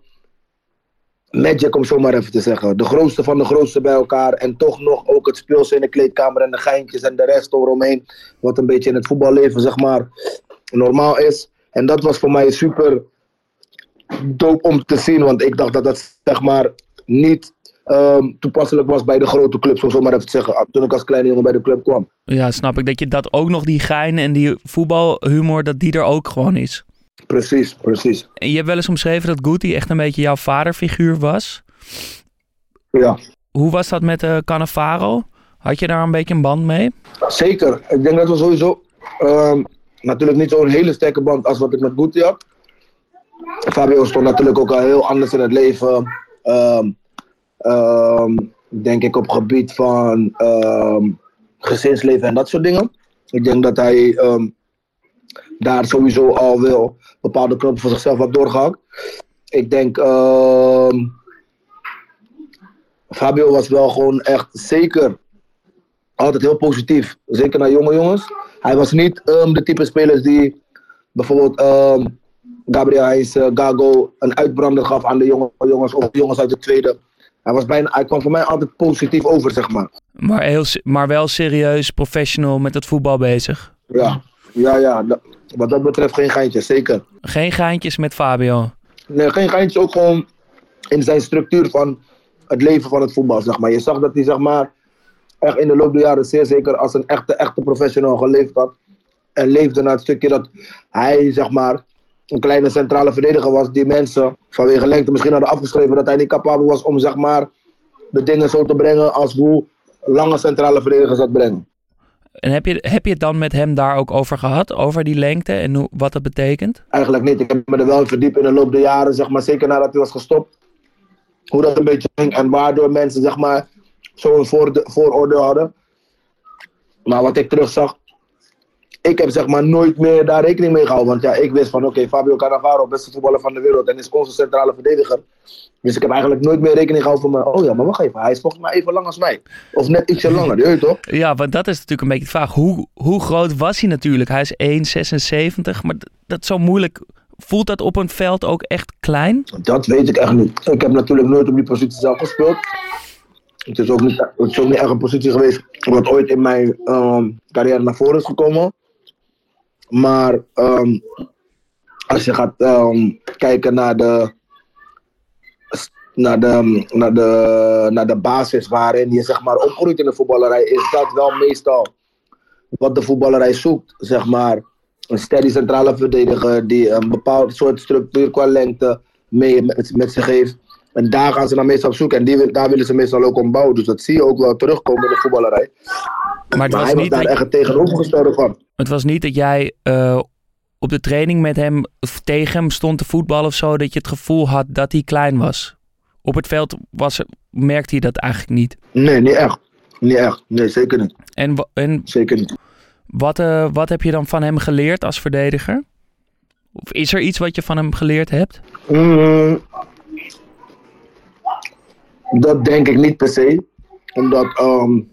magic, om zo maar even te zeggen. De grootste van de grootste bij elkaar. En toch nog ook het speelse in de kleedkamer en de geintjes en de rest eromheen. Wat een beetje in het voetballeven, zeg maar, normaal is. En dat was voor mij super dope om te zien. Want ik dacht dat dat, zeg maar, niet um, toepasselijk was bij de grote clubs, om zo maar even te zeggen. Toen ik als kleine jongen bij de club kwam. Ja, snap ik. Dat je dat ook nog, die gein en die voetbalhumor, dat die er ook gewoon is. Precies, precies. En je hebt wel eens omschreven dat Guti echt een beetje jouw vaderfiguur was. Ja. Hoe was dat met uh, Cannavaro? Had je daar een beetje een band mee? Zeker. Ik denk dat we sowieso um, natuurlijk niet zo'n hele sterke band als wat ik met Guti had. Fabio stond natuurlijk ook al heel anders in het leven. Um, um, denk ik op gebied van um, gezinsleven en dat soort dingen. Ik denk dat hij um, daar sowieso al wel bepaalde knopen voor zichzelf had doorgehakt. Ik denk, uh, Fabio was wel gewoon echt zeker altijd heel positief. Zeker naar jonge jongens. Hij was niet um, de type spelers die bijvoorbeeld um, Gabriel Heinz, uh, Gago een uitbrander gaf aan de jonge jongens of jongens uit de tweede. Hij, was bijna, hij kwam voor mij altijd positief over, zeg maar. Maar, heel, maar wel serieus, professional met het voetbal bezig. Ja, ja, ja. Dat, wat dat betreft geen geintjes, zeker. Geen geintjes met Fabio? Nee, geen geintjes, ook gewoon in zijn structuur van het leven van het voetbal, zeg maar. Je zag dat hij, zeg maar, echt in de loop der jaren zeer zeker als een echte, echte professional geleefd had. En leefde naar het stukje dat hij, zeg maar, een kleine centrale verdediger was die mensen vanwege lengte misschien hadden afgeschreven dat hij niet capabel was om, zeg maar, de dingen zo te brengen als hoe lange centrale verdedigers dat brengen. En heb je, heb je het dan met hem daar ook over gehad? Over die lengte en hoe, wat dat betekent? Eigenlijk niet. Ik heb me er wel verdiept in de loop der jaren, zeg maar, zeker nadat hij was gestopt. Hoe dat een beetje ging en waardoor mensen, zeg maar, zo'n voorde- vooroordeel hadden. Maar wat ik terugzag, ik heb, zeg maar, nooit meer daar rekening mee gehouden. Want ja, ik wist van oké, okay, Fabio Cannavaro, beste voetballer van de wereld en is onze centrale verdediger. Dus ik heb eigenlijk nooit meer rekening gehouden van me. Oh ja, maar wacht even, hij is volgens mij even lang als mij. Of net ietsje langer, je weet toch? Ja, want dat is natuurlijk een beetje de vraag. Hoe, hoe groot was hij natuurlijk? Hij is één komma zesenzeventig, maar dat is zo moeilijk. Voelt dat op een veld ook echt klein? Dat weet ik echt niet. Ik heb natuurlijk nooit op die positie zelf gespeeld. Het is ook niet, het is ook niet echt een positie geweest wat ooit in mijn um, carrière naar voren is gekomen. Maar um, als je gaat um, kijken naar de, naar, de, naar, de, naar de basis waarin je, zeg maar, opgroeit in de voetballerij, is dat wel meestal wat de voetballerij zoekt, zeg maar. Een steady centrale verdediger die een bepaald soort structuur qua lengte mee met, met zich heeft. En daar gaan ze dan meestal op zoek. En die, daar willen ze meestal ook om bouwen. Dus dat zie je ook wel terugkomen in de voetballerij. Maar, het maar was hij was niet daar dat, echt het tegenovergestelde van. Het was niet dat jij uh, op de training met hem of tegen hem stond te voetballen of zo, dat je het gevoel had dat hij klein was. Op het veld was, merkte hij dat eigenlijk niet. Nee, niet echt. Niet echt. Nee, zeker niet. En, en zeker niet. Wat, uh, wat heb je dan van hem geleerd als verdediger? Of is er iets wat je van hem geleerd hebt? Mm, dat denk ik niet per se. Omdat... Um,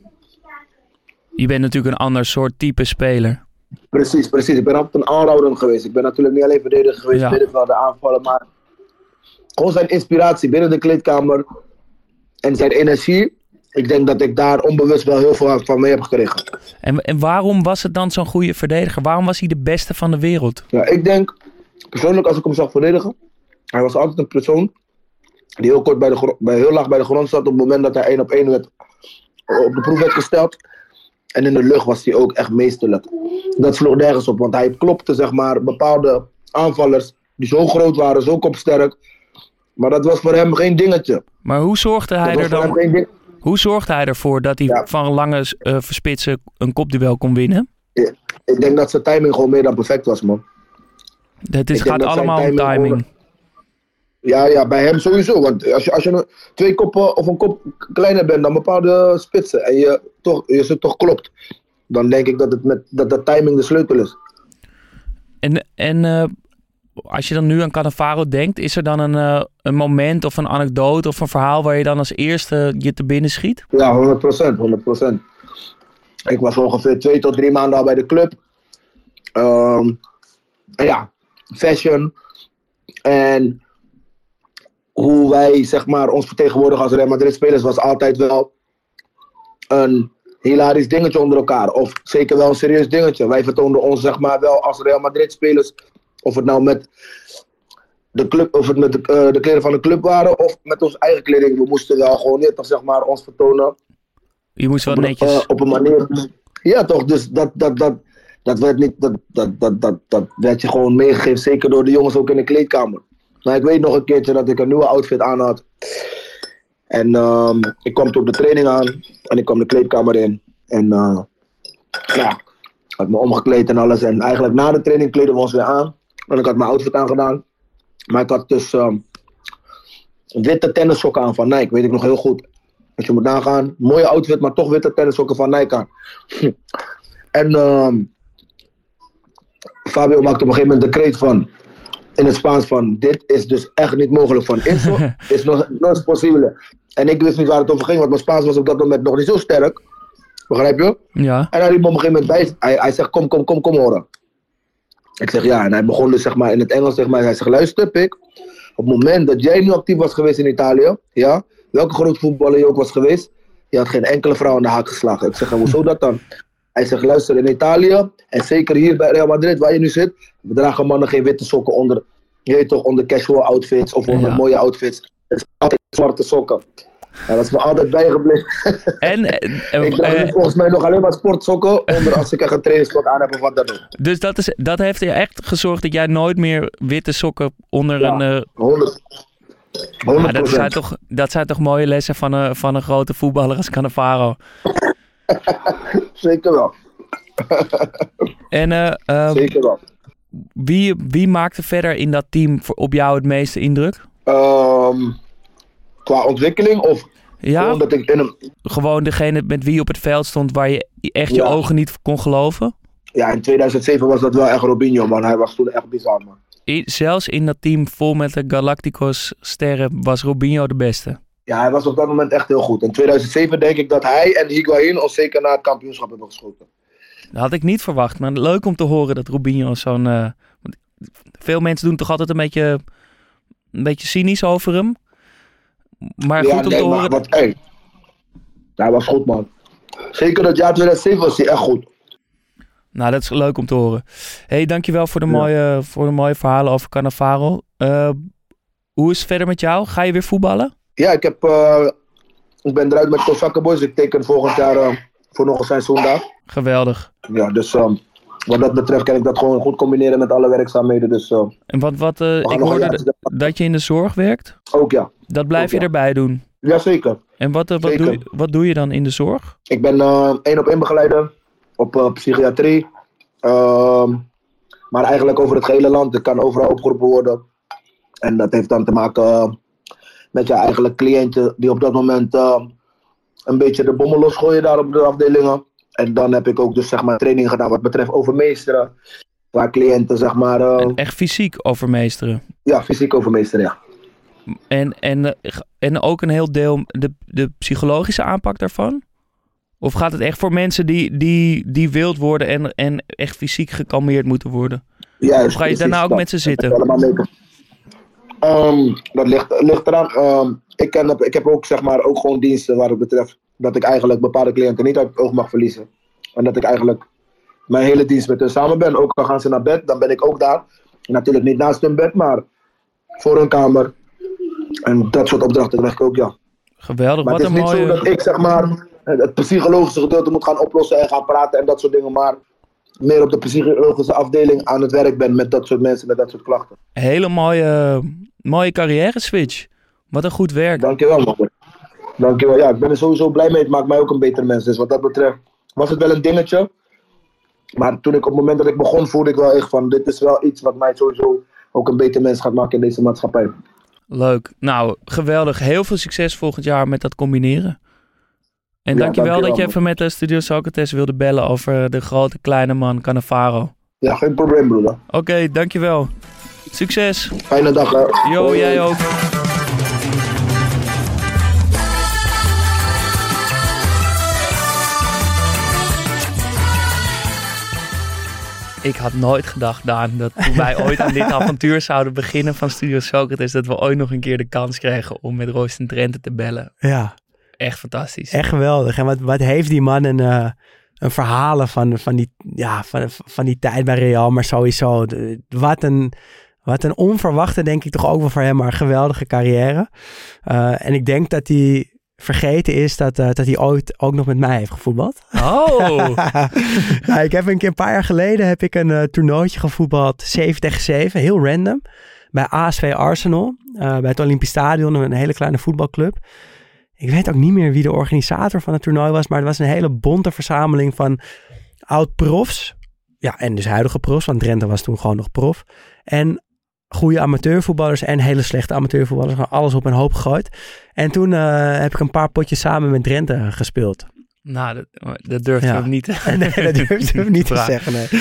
je bent natuurlijk een ander soort type speler. Precies, precies. Ik ben altijd een allrounder geweest. Ik ben natuurlijk niet alleen verdediger geweest, ja. middenvelder, aanvallen, maar gewoon zijn inspiratie binnen de kleedkamer en zijn energie. Ik denk dat ik daar onbewust wel heel veel van mee heb gekregen. En, en waarom was het dan zo'n goede verdediger? Waarom was hij de beste van de wereld? Ja, ik denk, persoonlijk als ik hem zag verdedigen, hij was altijd een persoon die heel, kort bij de grond, bij, heel laag bij de grond zat op het moment dat hij één op één werd, op de proef werd gesteld. En in de lucht was hij ook echt meesterlijk. Dat sloeg nergens op, want hij klopte zeg maar bepaalde aanvallers die zo groot waren, zo kopsterk. Maar dat was voor hem geen dingetje. Maar hoe zorgde hij er dan... Hoe zorgde hij ervoor dat hij ja. van een lange uh, verspitsen een kopduel kon winnen? Ja, ik denk dat zijn timing gewoon meer dan perfect was, man. Het is, gaat allemaal om timing. timing. Ja, ja, bij hem sowieso. Want als je, als je een, twee koppen of een kop kleiner bent dan bepaalde spitsen en je, toch, je ze toch klopt, dan denk ik dat, het met, dat de timing de sleutel is. En, en uh, als je dan nu aan Cannavaro denkt, is er dan een, uh, een moment of een anekdote of een verhaal waar je dan als eerste je te binnen schiet? Ja, honderd procent, honderd procent. Ik was ongeveer twee tot drie maanden al bij de club. Um, en ja, fashion. En hoe wij, zeg maar, ons vertegenwoordigen als Real Madrid spelers was altijd wel een hilarisch dingetje onder elkaar. Of zeker wel een serieus dingetje. Wij vertoonden ons, zeg maar, wel als Real Madrid spelers. Of het nou met de club, of het met de, uh, de kleren van de club waren of met onze eigen kleding. We moesten wel gewoon niet, zeg maar, ons vertonen. Je moest wel netjes. Uh, op een manier. Ja, toch. Dus dat, dat, dat, dat werd niet, dat, dat, dat, dat, dat werd je gewoon meegegeven. Zeker door de jongens ook in de kleedkamer. Nou, ik weet nog een keertje dat ik een nieuwe outfit aan had. En um, ik kwam toen op de training aan. En ik kwam de kleedkamer in. En uh, ja, had me omgekleed en alles. En eigenlijk na de training kleden we ons weer aan. En ik had mijn outfit aangedaan. Maar ik had dus um, witte tennissokken aan van Nike. Weet ik nog heel goed. Dus je moet nagaan. Mooie outfit, maar toch witte tennissokken van Nike aan. En um, Fabio maakte op een gegeven moment de kreet van. In het Spaans van, dit is dus echt niet mogelijk. Van, eso is nog nooit possible. En ik wist niet waar het over ging, want mijn Spaans was op dat moment nog niet zo sterk. Begrijp je? Ja. En hij riep me op een gegeven moment bij. Hij, hij zegt, kom, kom, kom, kom horen. Ik zeg ja, en hij begon dus zeg maar in het Engels, zeg maar. Hij zegt, luister Pik, op het moment dat jij nu actief was geweest in Italië, ja, welke grote voetballer je ook was geweest, je had geen enkele vrouw aan de haak geslagen. Ik zeg, hoezo dat dan? Hij zegt, luister, in Italië, en zeker hier bij Real Madrid, waar je nu zit, we dragen mannen geen witte sokken onder, je weet toch, onder casual outfits of onder ja. mooie outfits. Het is altijd zwarte sokken. Ja, dat is me altijd bijgebleven. En, uh, ik draag uh, volgens mij nog alleen maar sportsokken onder als ik echt een trainingspak aan heb of wat dan ook. Dus dat, is, dat heeft er echt gezorgd dat jij nooit meer witte sokken onder ja, een... Uh... honderd procent. Ja, dat, zijn toch, dat zijn toch mooie lessen van een, van een grote voetballer als Cannavaro. Zeker wel. En, uh, um, Zeker wel. Wie, wie maakte verder in dat team voor, op jou het meeste indruk? Um, qua ontwikkeling of... Ja, dat ik in een... gewoon degene met wie je op het veld stond waar je echt je ja. ogen niet kon geloven? Ja, in tweeduizend zeven was dat wel echt Robinho, man. Hij was toen echt bizar, man. I, zelfs in dat team vol met de Galacticos sterren was Robinho de beste? Ja, hij was op dat moment echt heel goed. In tweeduizend zeven denk ik dat hij en Higuaín ons zeker naar het kampioenschap hebben geschoten. Dat had ik niet verwacht, maar leuk om te horen dat Robinho zo'n... Uh, veel mensen doen toch altijd een beetje, een beetje cynisch over hem. Maar ja, goed om nee, te maar, horen... Wat, hey, hij was goed, man. Zeker dat jaar tweeduizend zeven was hij echt goed. Nou, dat is leuk om te horen. Hé, hey, dankjewel voor de, ja. mooie, voor de mooie verhalen over Cannavaro. Uh, hoe is het verder met jou? Ga je weer voetballen? Ja, ik, heb, uh, ik ben eruit met Kozakken Boys. Ik teken volgend jaar uh, voor nog een seizoen daar. Geweldig. Ja, dus um, wat dat betreft kan ik dat gewoon goed combineren met alle werkzaamheden. Dus, uh, En wat, wat uh, ik hoorde d- dat je in de zorg werkt? Ook ja. Dat blijf ook, je ja. erbij doen? Jazeker. En wat, uh, wat, doe je, wat doe je dan in de zorg? Ik ben uh, één op één begeleider op uh, psychiatrie. Uh, maar eigenlijk over het gehele land. Ik kan overal opgeroepen worden. En dat heeft dan te maken uh, met ja, eigenlijk cliënten die op dat moment uh, een beetje de bommel losgooien daar op de afdelingen. En dan heb ik ook dus zeg maar training gedaan wat betreft overmeesteren. Waar cliënten zeg maar... Uh, en echt fysiek overmeesteren? Ja, fysiek overmeesteren, ja. En, en, en ook een heel deel de, de psychologische aanpak daarvan? Of gaat het echt voor mensen die, die, die wild worden en, en echt fysiek gekalmeerd moeten worden? Ja, of ga je daarna ook dat, met ze zitten? Um, dat ligt, ligt eraan. Um, ik, ken, ik heb ook, zeg maar, ook gewoon diensten waar het betreft dat ik eigenlijk bepaalde cliënten niet uit het oog mag verliezen. En dat ik eigenlijk mijn hele dienst met hen samen ben. Ook al gaan ze naar bed, dan ben ik ook daar. Natuurlijk niet naast hun bed, maar voor hun kamer. En dat soort opdrachten krijg ik ook, ja. Geweldig, maar wat een mooie... het is niet mooie... zo dat ik, zeg maar, het psychologische gedeelte moet gaan oplossen en gaan praten en dat soort dingen, maar meer op de psychologische afdeling aan het werk ben met dat soort mensen, met dat soort klachten. Hele mooie, mooie carrière switch. Wat een goed werk. Dankjewel, man. Dankjewel. Ja, ik ben er sowieso blij mee. Het maakt mij ook een beter mens. Dus wat dat betreft was het wel een dingetje. Maar toen ik op het moment dat ik begon, voelde ik wel echt van, dit is wel iets wat mij sowieso ook een beter mens gaat maken in deze maatschappij. Leuk. Nou, geweldig. Heel veel succes volgend jaar met dat combineren. En ja, dankjewel, dankjewel dat je even met de Studio Socrates wilde bellen over de grote kleine man Cannavaro. Ja, geen probleem, broeder. Oké, okay, dankjewel. Succes. Fijne dag, hè. Jo, jij ook. Ik had nooit gedacht, Daan, dat toen wij ooit aan dit avontuur zouden beginnen van Studio Socrates, dat we ooit nog een keer de kans kregen om met Royston Drenthe te bellen. Ja. Echt fantastisch. Echt geweldig. En wat, wat heeft die man een, uh, een verhalen van, van, die, ja, van, van die tijd bij Real, maar sowieso. De, wat, een, wat een onverwachte, denk ik toch ook wel voor hem, maar een geweldige carrière. Uh, en ik denk dat hij vergeten is dat, uh, dat hij ooit ook nog met mij heeft gevoetbald. Oh! Ja, ik heb een keer een paar jaar geleden heb ik een uh, toernooitje gevoetbald, zeven tegen zeven, heel random, bij A S V Arsenal, uh, bij het Olympisch Stadion, een hele kleine voetbalclub. Ik weet ook niet meer wie de organisator van het toernooi was, maar het was een hele bonte verzameling van oud-profs. Ja, en dus huidige profs, want Drenthe was toen gewoon nog prof. En goede amateurvoetballers en hele slechte amateurvoetballers. Gewoon alles op een hoop gegooid. En toen uh, heb ik een paar potjes samen met Drenthe gespeeld. Nou, dat, dat durfde ja. ik niet te Nee, dat durfde ik niet te zeggen, nee.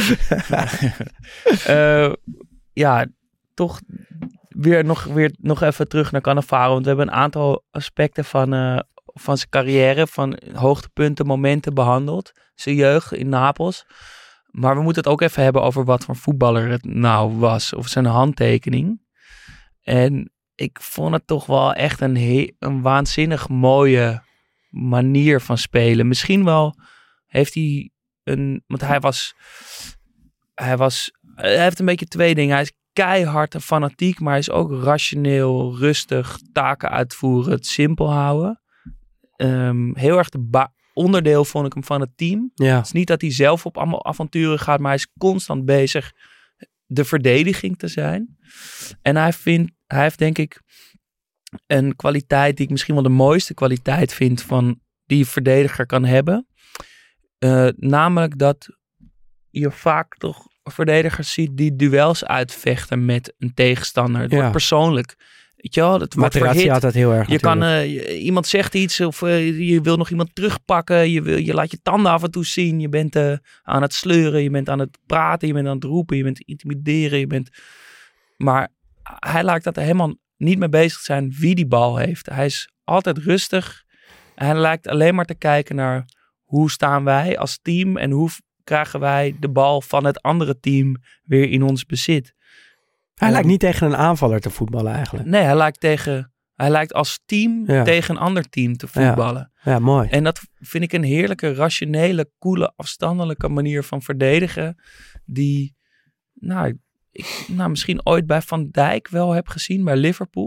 uh, ja, toch weer nog, weer nog even terug naar Cannavaro. Want we hebben een aantal aspecten van, uh, van zijn carrière, van hoogtepunten, momenten behandeld. Zijn jeugd in Napels. Maar we moeten het ook even hebben over wat voor voetballer het nou was. Of zijn handtekening. En ik vond het toch wel echt een, he- een waanzinnig mooie manier van spelen. Misschien wel heeft hij een... Want hij was... Hij was... Hij heeft een beetje twee dingen. Hij is keihard en fanatiek, maar hij is ook rationeel, rustig, taken uitvoeren, het simpel houden. Um, heel erg de ba- onderdeel vond ik hem van het team. Ja. Het is niet dat hij zelf op allemaal avonturen gaat, maar hij is constant bezig de verdediging te zijn. En hij, vindt, hij heeft denk ik een kwaliteit die ik misschien wel de mooiste kwaliteit vind van die een verdediger kan hebben. Uh, namelijk dat je vaak toch verdedigers ziet die duels uitvechten met een tegenstander. Het ja. wordt persoonlijk. Weet je wel, het wordt verhit. Had dat heel erg. Je kan, uh, je, iemand zegt iets of uh, je wil nog iemand terugpakken. Je, wil, je laat je tanden af en toe zien. Je bent uh, aan het sleuren. Je bent aan het praten. Je bent aan het roepen. Je bent intimideren. Je bent... Maar hij lijkt dat er helemaal niet mee bezig te zijn wie die bal heeft. Hij is altijd rustig. Hij lijkt alleen maar te kijken naar hoe staan wij als team en hoe krijgen wij de bal van het andere team weer in ons bezit. Hij um, lijkt niet tegen een aanvaller te voetballen eigenlijk. Nee, hij lijkt, tegen, hij lijkt als team ja. tegen een ander team te voetballen. Ja. ja, mooi. En dat vind ik een heerlijke, rationele, coole, afstandelijke manier van verdedigen. Die, nou, ik nou, misschien ooit bij Van Dijk wel heb gezien, bij Liverpool.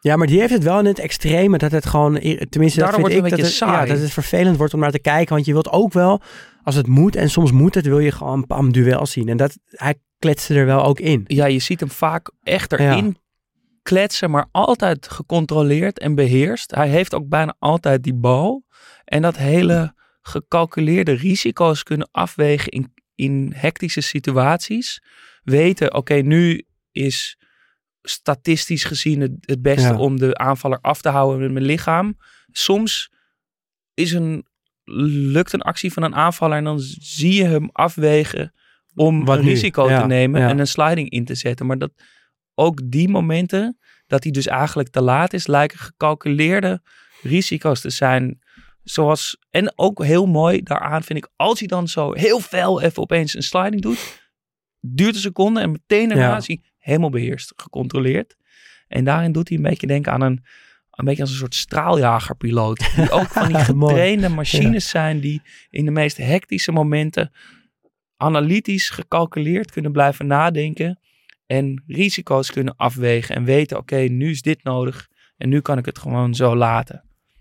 Ja, maar die heeft het wel in het extreme dat het gewoon, tenminste dat vind ik, het dat het, saai. ja, dat het vervelend wordt om naar te kijken. Want je wilt ook wel, als het moet, en soms moet het, wil je gewoon een pam duel zien. En dat, hij kletste er wel ook in. Ja, je ziet hem vaak echt erin ja. kletsen, maar altijd gecontroleerd en beheerst. Hij heeft ook bijna altijd die bal. En dat hele gecalculeerde risico's kunnen afwegen in, in hectische situaties. Weten, oké, okay, nu is statistisch gezien het, het beste ja. om de aanvaller af te houden met mijn lichaam. Soms is een, lukt een actie van een aanvaller en dan zie je hem afwegen om Wat een nu? risico ja, te nemen ja. en een sliding in te zetten. Maar dat ook die momenten dat hij dus eigenlijk te laat is, lijken gecalculeerde risico's te zijn. Zoals, en ook heel mooi daaraan vind ik, als hij dan zo heel fel even opeens een sliding doet, duurt een seconde en meteen daarna ja. is hij helemaal beheerst, gecontroleerd. En daarin doet hij een beetje denken aan een, een beetje als een soort straaljagerpiloot. Die ook van die getrainde machines ja. zijn die in de meest hectische momenten analytisch gecalculeerd kunnen blijven nadenken en risico's kunnen afwegen en weten, oké, okay, nu is dit nodig en nu kan ik het gewoon zo laten.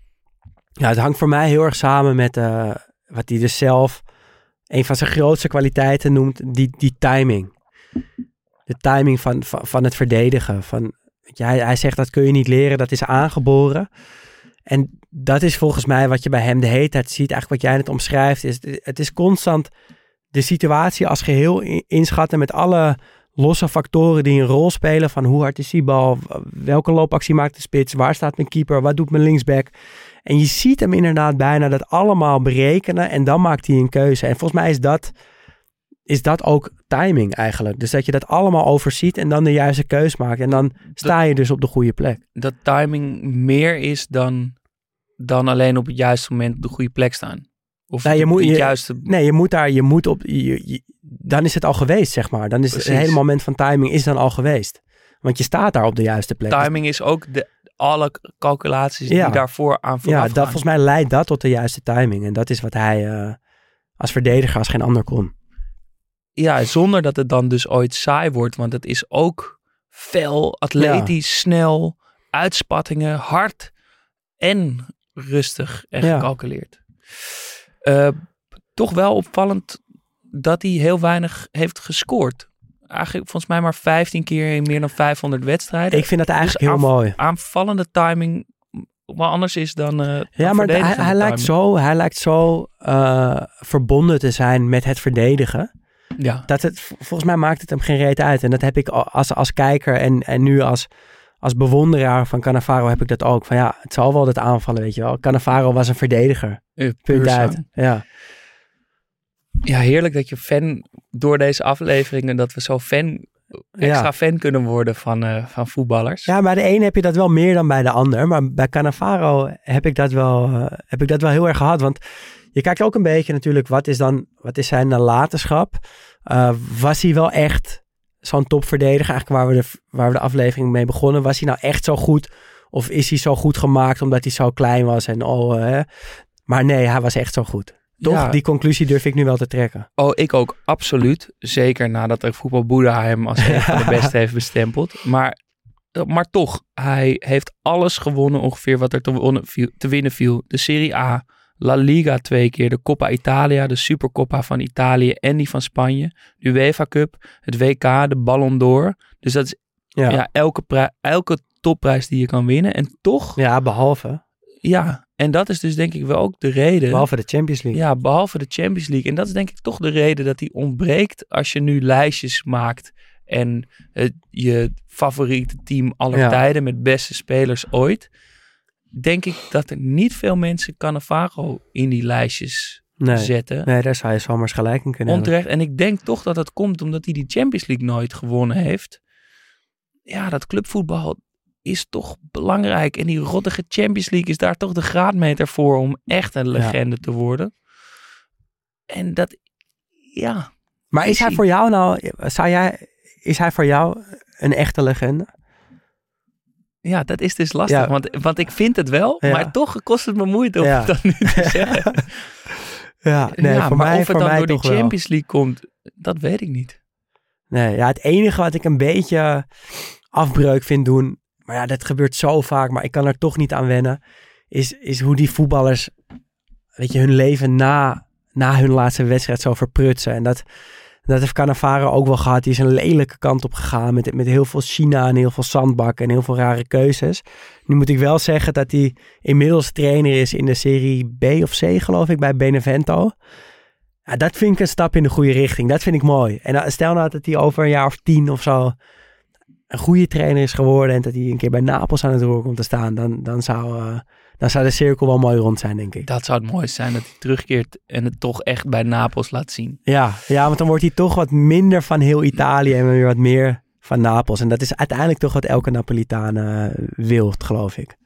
Ja, het hangt voor mij heel erg samen met uh, wat hij dus zelf een van zijn grootste kwaliteiten noemt, die, die timing. De timing van, van, van het verdedigen. Van, ja, hij, hij zegt dat kun je niet leren, dat is aangeboren. En dat is volgens mij wat je bij hem de hele tijd ziet. Eigenlijk wat jij net omschrijft, is het is constant de situatie als geheel inschatten met alle losse factoren die een rol spelen. Van hoe hard is die bal, welke loopactie maakt de spits, waar staat mijn keeper, wat doet mijn linksback. En je ziet hem inderdaad bijna dat allemaal berekenen en dan maakt hij een keuze. En volgens mij is dat, is dat ook timing eigenlijk. Dus dat je dat allemaal overziet en dan de juiste keus maakt. En dan sta je dus op de goede plek. Dat timing meer is dan, dan alleen op het juiste moment op de goede plek staan. Of nee, je moet, het je, juiste... nee, je moet daar, je moet op, je, je, dan is het al geweest, zeg maar. Dan is Precies. het hele moment van timing is dan al geweest. Want je staat daar op de juiste plek. Timing is ook de, alle calculaties die ja. daarvoor aan vooraf Ja, dat, volgens mij leidt dat tot de juiste timing. En dat is wat hij uh, als verdediger als geen ander kon. Ja, zonder dat het dan dus ooit saai wordt. Want het is ook fel, atletisch, ja. snel, uitspattingen, hard en rustig en ja. gecalculeerd. Uh, toch wel opvallend dat hij heel weinig heeft gescoord. Eigenlijk volgens mij maar vijftien keer in meer dan vijfhonderd wedstrijden. Ik vind dat eigenlijk dus heel aanv- mooi. Aanvallende timing wel anders is dan uh, Ja, maar hij, hij, lijkt zo, hij lijkt zo uh, verbonden te zijn met het verdedigen. Ja. Dat het, volgens mij maakt het hem geen reet uit. En dat heb ik als, als kijker en, en nu als, als bewonderaar van Cannavaro heb ik dat ook. Van ja, het zal wel dat aanvallen, weet je wel. Cannavaro was een verdediger. Uh, Punt uit. Ja. Ja, heerlijk dat je fan door deze afleveringen, dat we zo fan, extra ja. fan kunnen worden van, uh, van voetballers. Ja, bij de een heb je dat wel meer dan bij de ander. Maar bij Cannavaro heb ik dat wel, uh, heb ik dat wel heel erg gehad. Want je kijkt ook een beetje natuurlijk, wat is dan, wat is zijn nalatenschap? Uh, was hij wel echt zo'n topverdediger? Eigenlijk waar we, de, waar we de aflevering mee begonnen. Was hij nou echt zo goed? Of is hij zo goed gemaakt omdat hij zo klein was? En oh, uh, maar nee, hij was echt zo goed. Toch? Ja. Die conclusie durf ik nu wel te trekken. Oh, ik ook, absoluut. Zeker nadat de Voetbal Boeddha hem als een van de beste heeft bestempeld. Maar, maar toch, hij heeft alles gewonnen ongeveer wat er te, wonnen, viel, te winnen viel. De Serie A, La Liga twee keer, de Coppa Italia, de Supercoppa van Italië en die van Spanje. De UEFA Cup, het W K, de Ballon d'Or. Dus dat is ja. Ja, elke, pri- elke topprijs die je kan winnen. En toch... Ja, behalve... Ja, en dat is dus denk ik wel ook de reden... Behalve de Champions League. Ja, behalve de Champions League. En dat is denk ik toch de reden dat hij ontbreekt als je nu lijstjes maakt en uh, je favoriete team aller ja. tijden met beste spelers ooit. Denk ik dat er niet veel mensen Cannavaro in die lijstjes nee, zetten. Nee, daar zou je zomaar gelijk in kunnen Onterecht. hebben. En ik denk toch dat het komt omdat hij die Champions League nooit gewonnen heeft. Ja, dat clubvoetbal is toch belangrijk. En die rottige Champions League is daar toch de graadmeter voor om echt een legende ja. te worden. En dat, ja. Maar is hij voor jou nou, zou jij, is hij voor jou een echte legende? Ja, dat is dus lastig. Ja. Want, want ik vind het wel, ja. maar toch kost het me moeite om ja. dat nu te zeggen. ja, nee, ja, voor maar mij, of het voor dan mij door die Champions League komt, dat weet ik niet. Nee, ja, het enige wat ik een beetje afbreuk vind doen maar ja, dat gebeurt zo vaak, maar ik kan er toch niet aan wennen, is, is hoe die voetballers, weet je, hun leven na, na hun laatste wedstrijd zo verprutsen. En dat, dat heeft Cannavaro ook wel gehad. Die is een lelijke kant op gegaan met, met heel veel China en heel veel zandbakken en heel veel rare keuzes. Nu moet ik wel zeggen dat hij inmiddels trainer is in de serie B of C, geloof ik, bij Benevento. Ja, dat vind ik een stap in de goede richting. Dat vind ik mooi. En stel nou dat hij over een jaar of tien of zo een goede trainer is geworden en dat hij een keer bij Napels aan het roer komt te staan, dan, dan, zou, uh, dan zou de cirkel wel mooi rond zijn, denk ik. Dat zou het mooiste zijn, dat hij terugkeert en het toch echt bij Napels laat zien. Ja, ja, want dan wordt hij toch wat minder van heel Italië en weer wat meer van Napels. En dat is uiteindelijk toch wat elke Napolitaan uh, wil, geloof ik.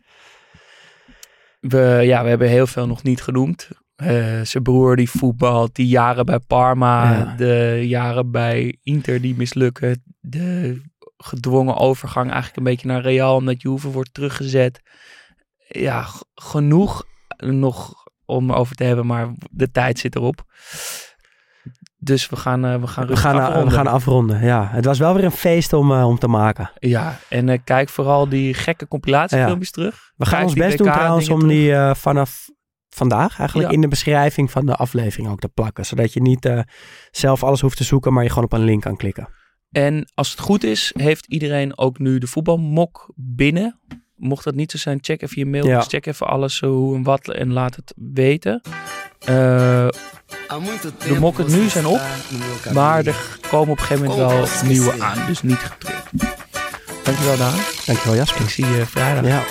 We, ja, we hebben heel veel nog niet genoemd. Uh, zijn broer die voetbalt, die jaren bij Parma, ja. de jaren bij Inter die mislukken, de gedwongen overgang eigenlijk een beetje naar Real, omdat Juve wordt teruggezet. Ja, g- genoeg nog om over te hebben, maar de tijd zit erop. Dus we gaan, uh, we gaan we gaan afronden. We gaan afronden, ja. Het was wel weer een feest om, uh, om te maken. Ja, en uh, kijk vooral die gekke compilatiefilmpjes ja. terug. We gaan kijk ons best doen trouwens om terug. die uh, vanaf vandaag eigenlijk ja. in de beschrijving van de aflevering ook te plakken. Zodat je niet uh, zelf alles hoeft te zoeken, maar je gewoon op een link kan klikken. En als het goed is, heeft iedereen ook nu de voetbalmok binnen. Mocht dat niet zo zijn, check even je mail. Ja. Check even alles, hoe en wat en laat het weten. Uh, de mokken nu zijn op, maar er komen op een gegeven moment wel nieuwe aan. Dus niet getreurd. Dankjewel, Daan. Dankjewel, Jasper. Ik zie je vrijdag. Ja.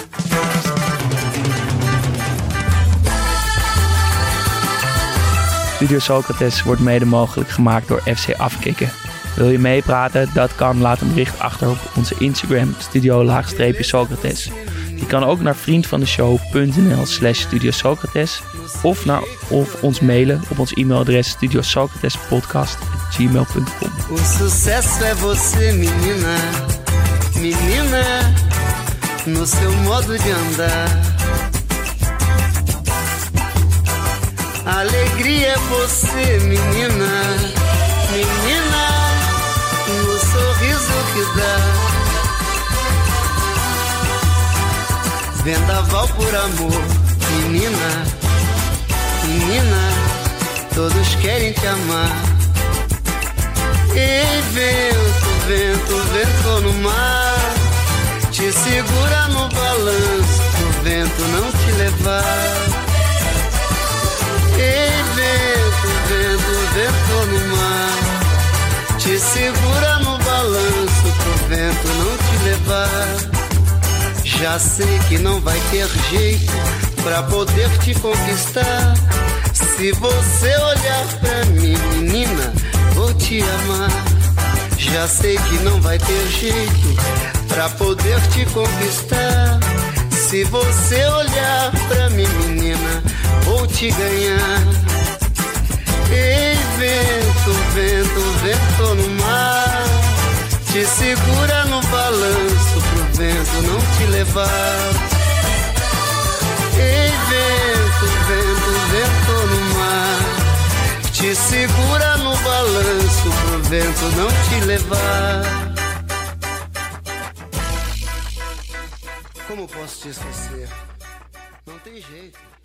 Studio Socrates wordt mede mogelijk gemaakt door F C Afkikken. Wil je meepraten? Dat kan. Laat een bericht achter op onze Instagram, studio-socrates. Je kan ook naar vriendvandeshow.nl slash Studio Socrates of, naar, of ons mailen op ons e-mailadres studiosocratespodcast at gmail dot com. O sucesso é você, menina, menina, no seu modo de andar. Alegria é você, menina, menina, no sorriso que dá. Vendaval por amor, menina, menina, todos querem te amar. Ei, vento, vento, vento no mar, te segura no balanço, pro vento não te levar. Ei, vento, vento, vento no mar, te segura no balanço, pro vento não te levar. Já sei que não vai ter jeito pra poder te conquistar. Se você olhar pra mim, menina, vou te amar. Já sei que não vai ter jeito pra poder te conquistar. Se você olhar pra mim, menina, vou te ganhar. Ei, vento, vento, vento no mar, te segura no balanço pro vento não te levar. Ei, vento, vento, vento no mar, te segura no balanço pro vento não te levar. Como posso te esquecer? Não tem jeito.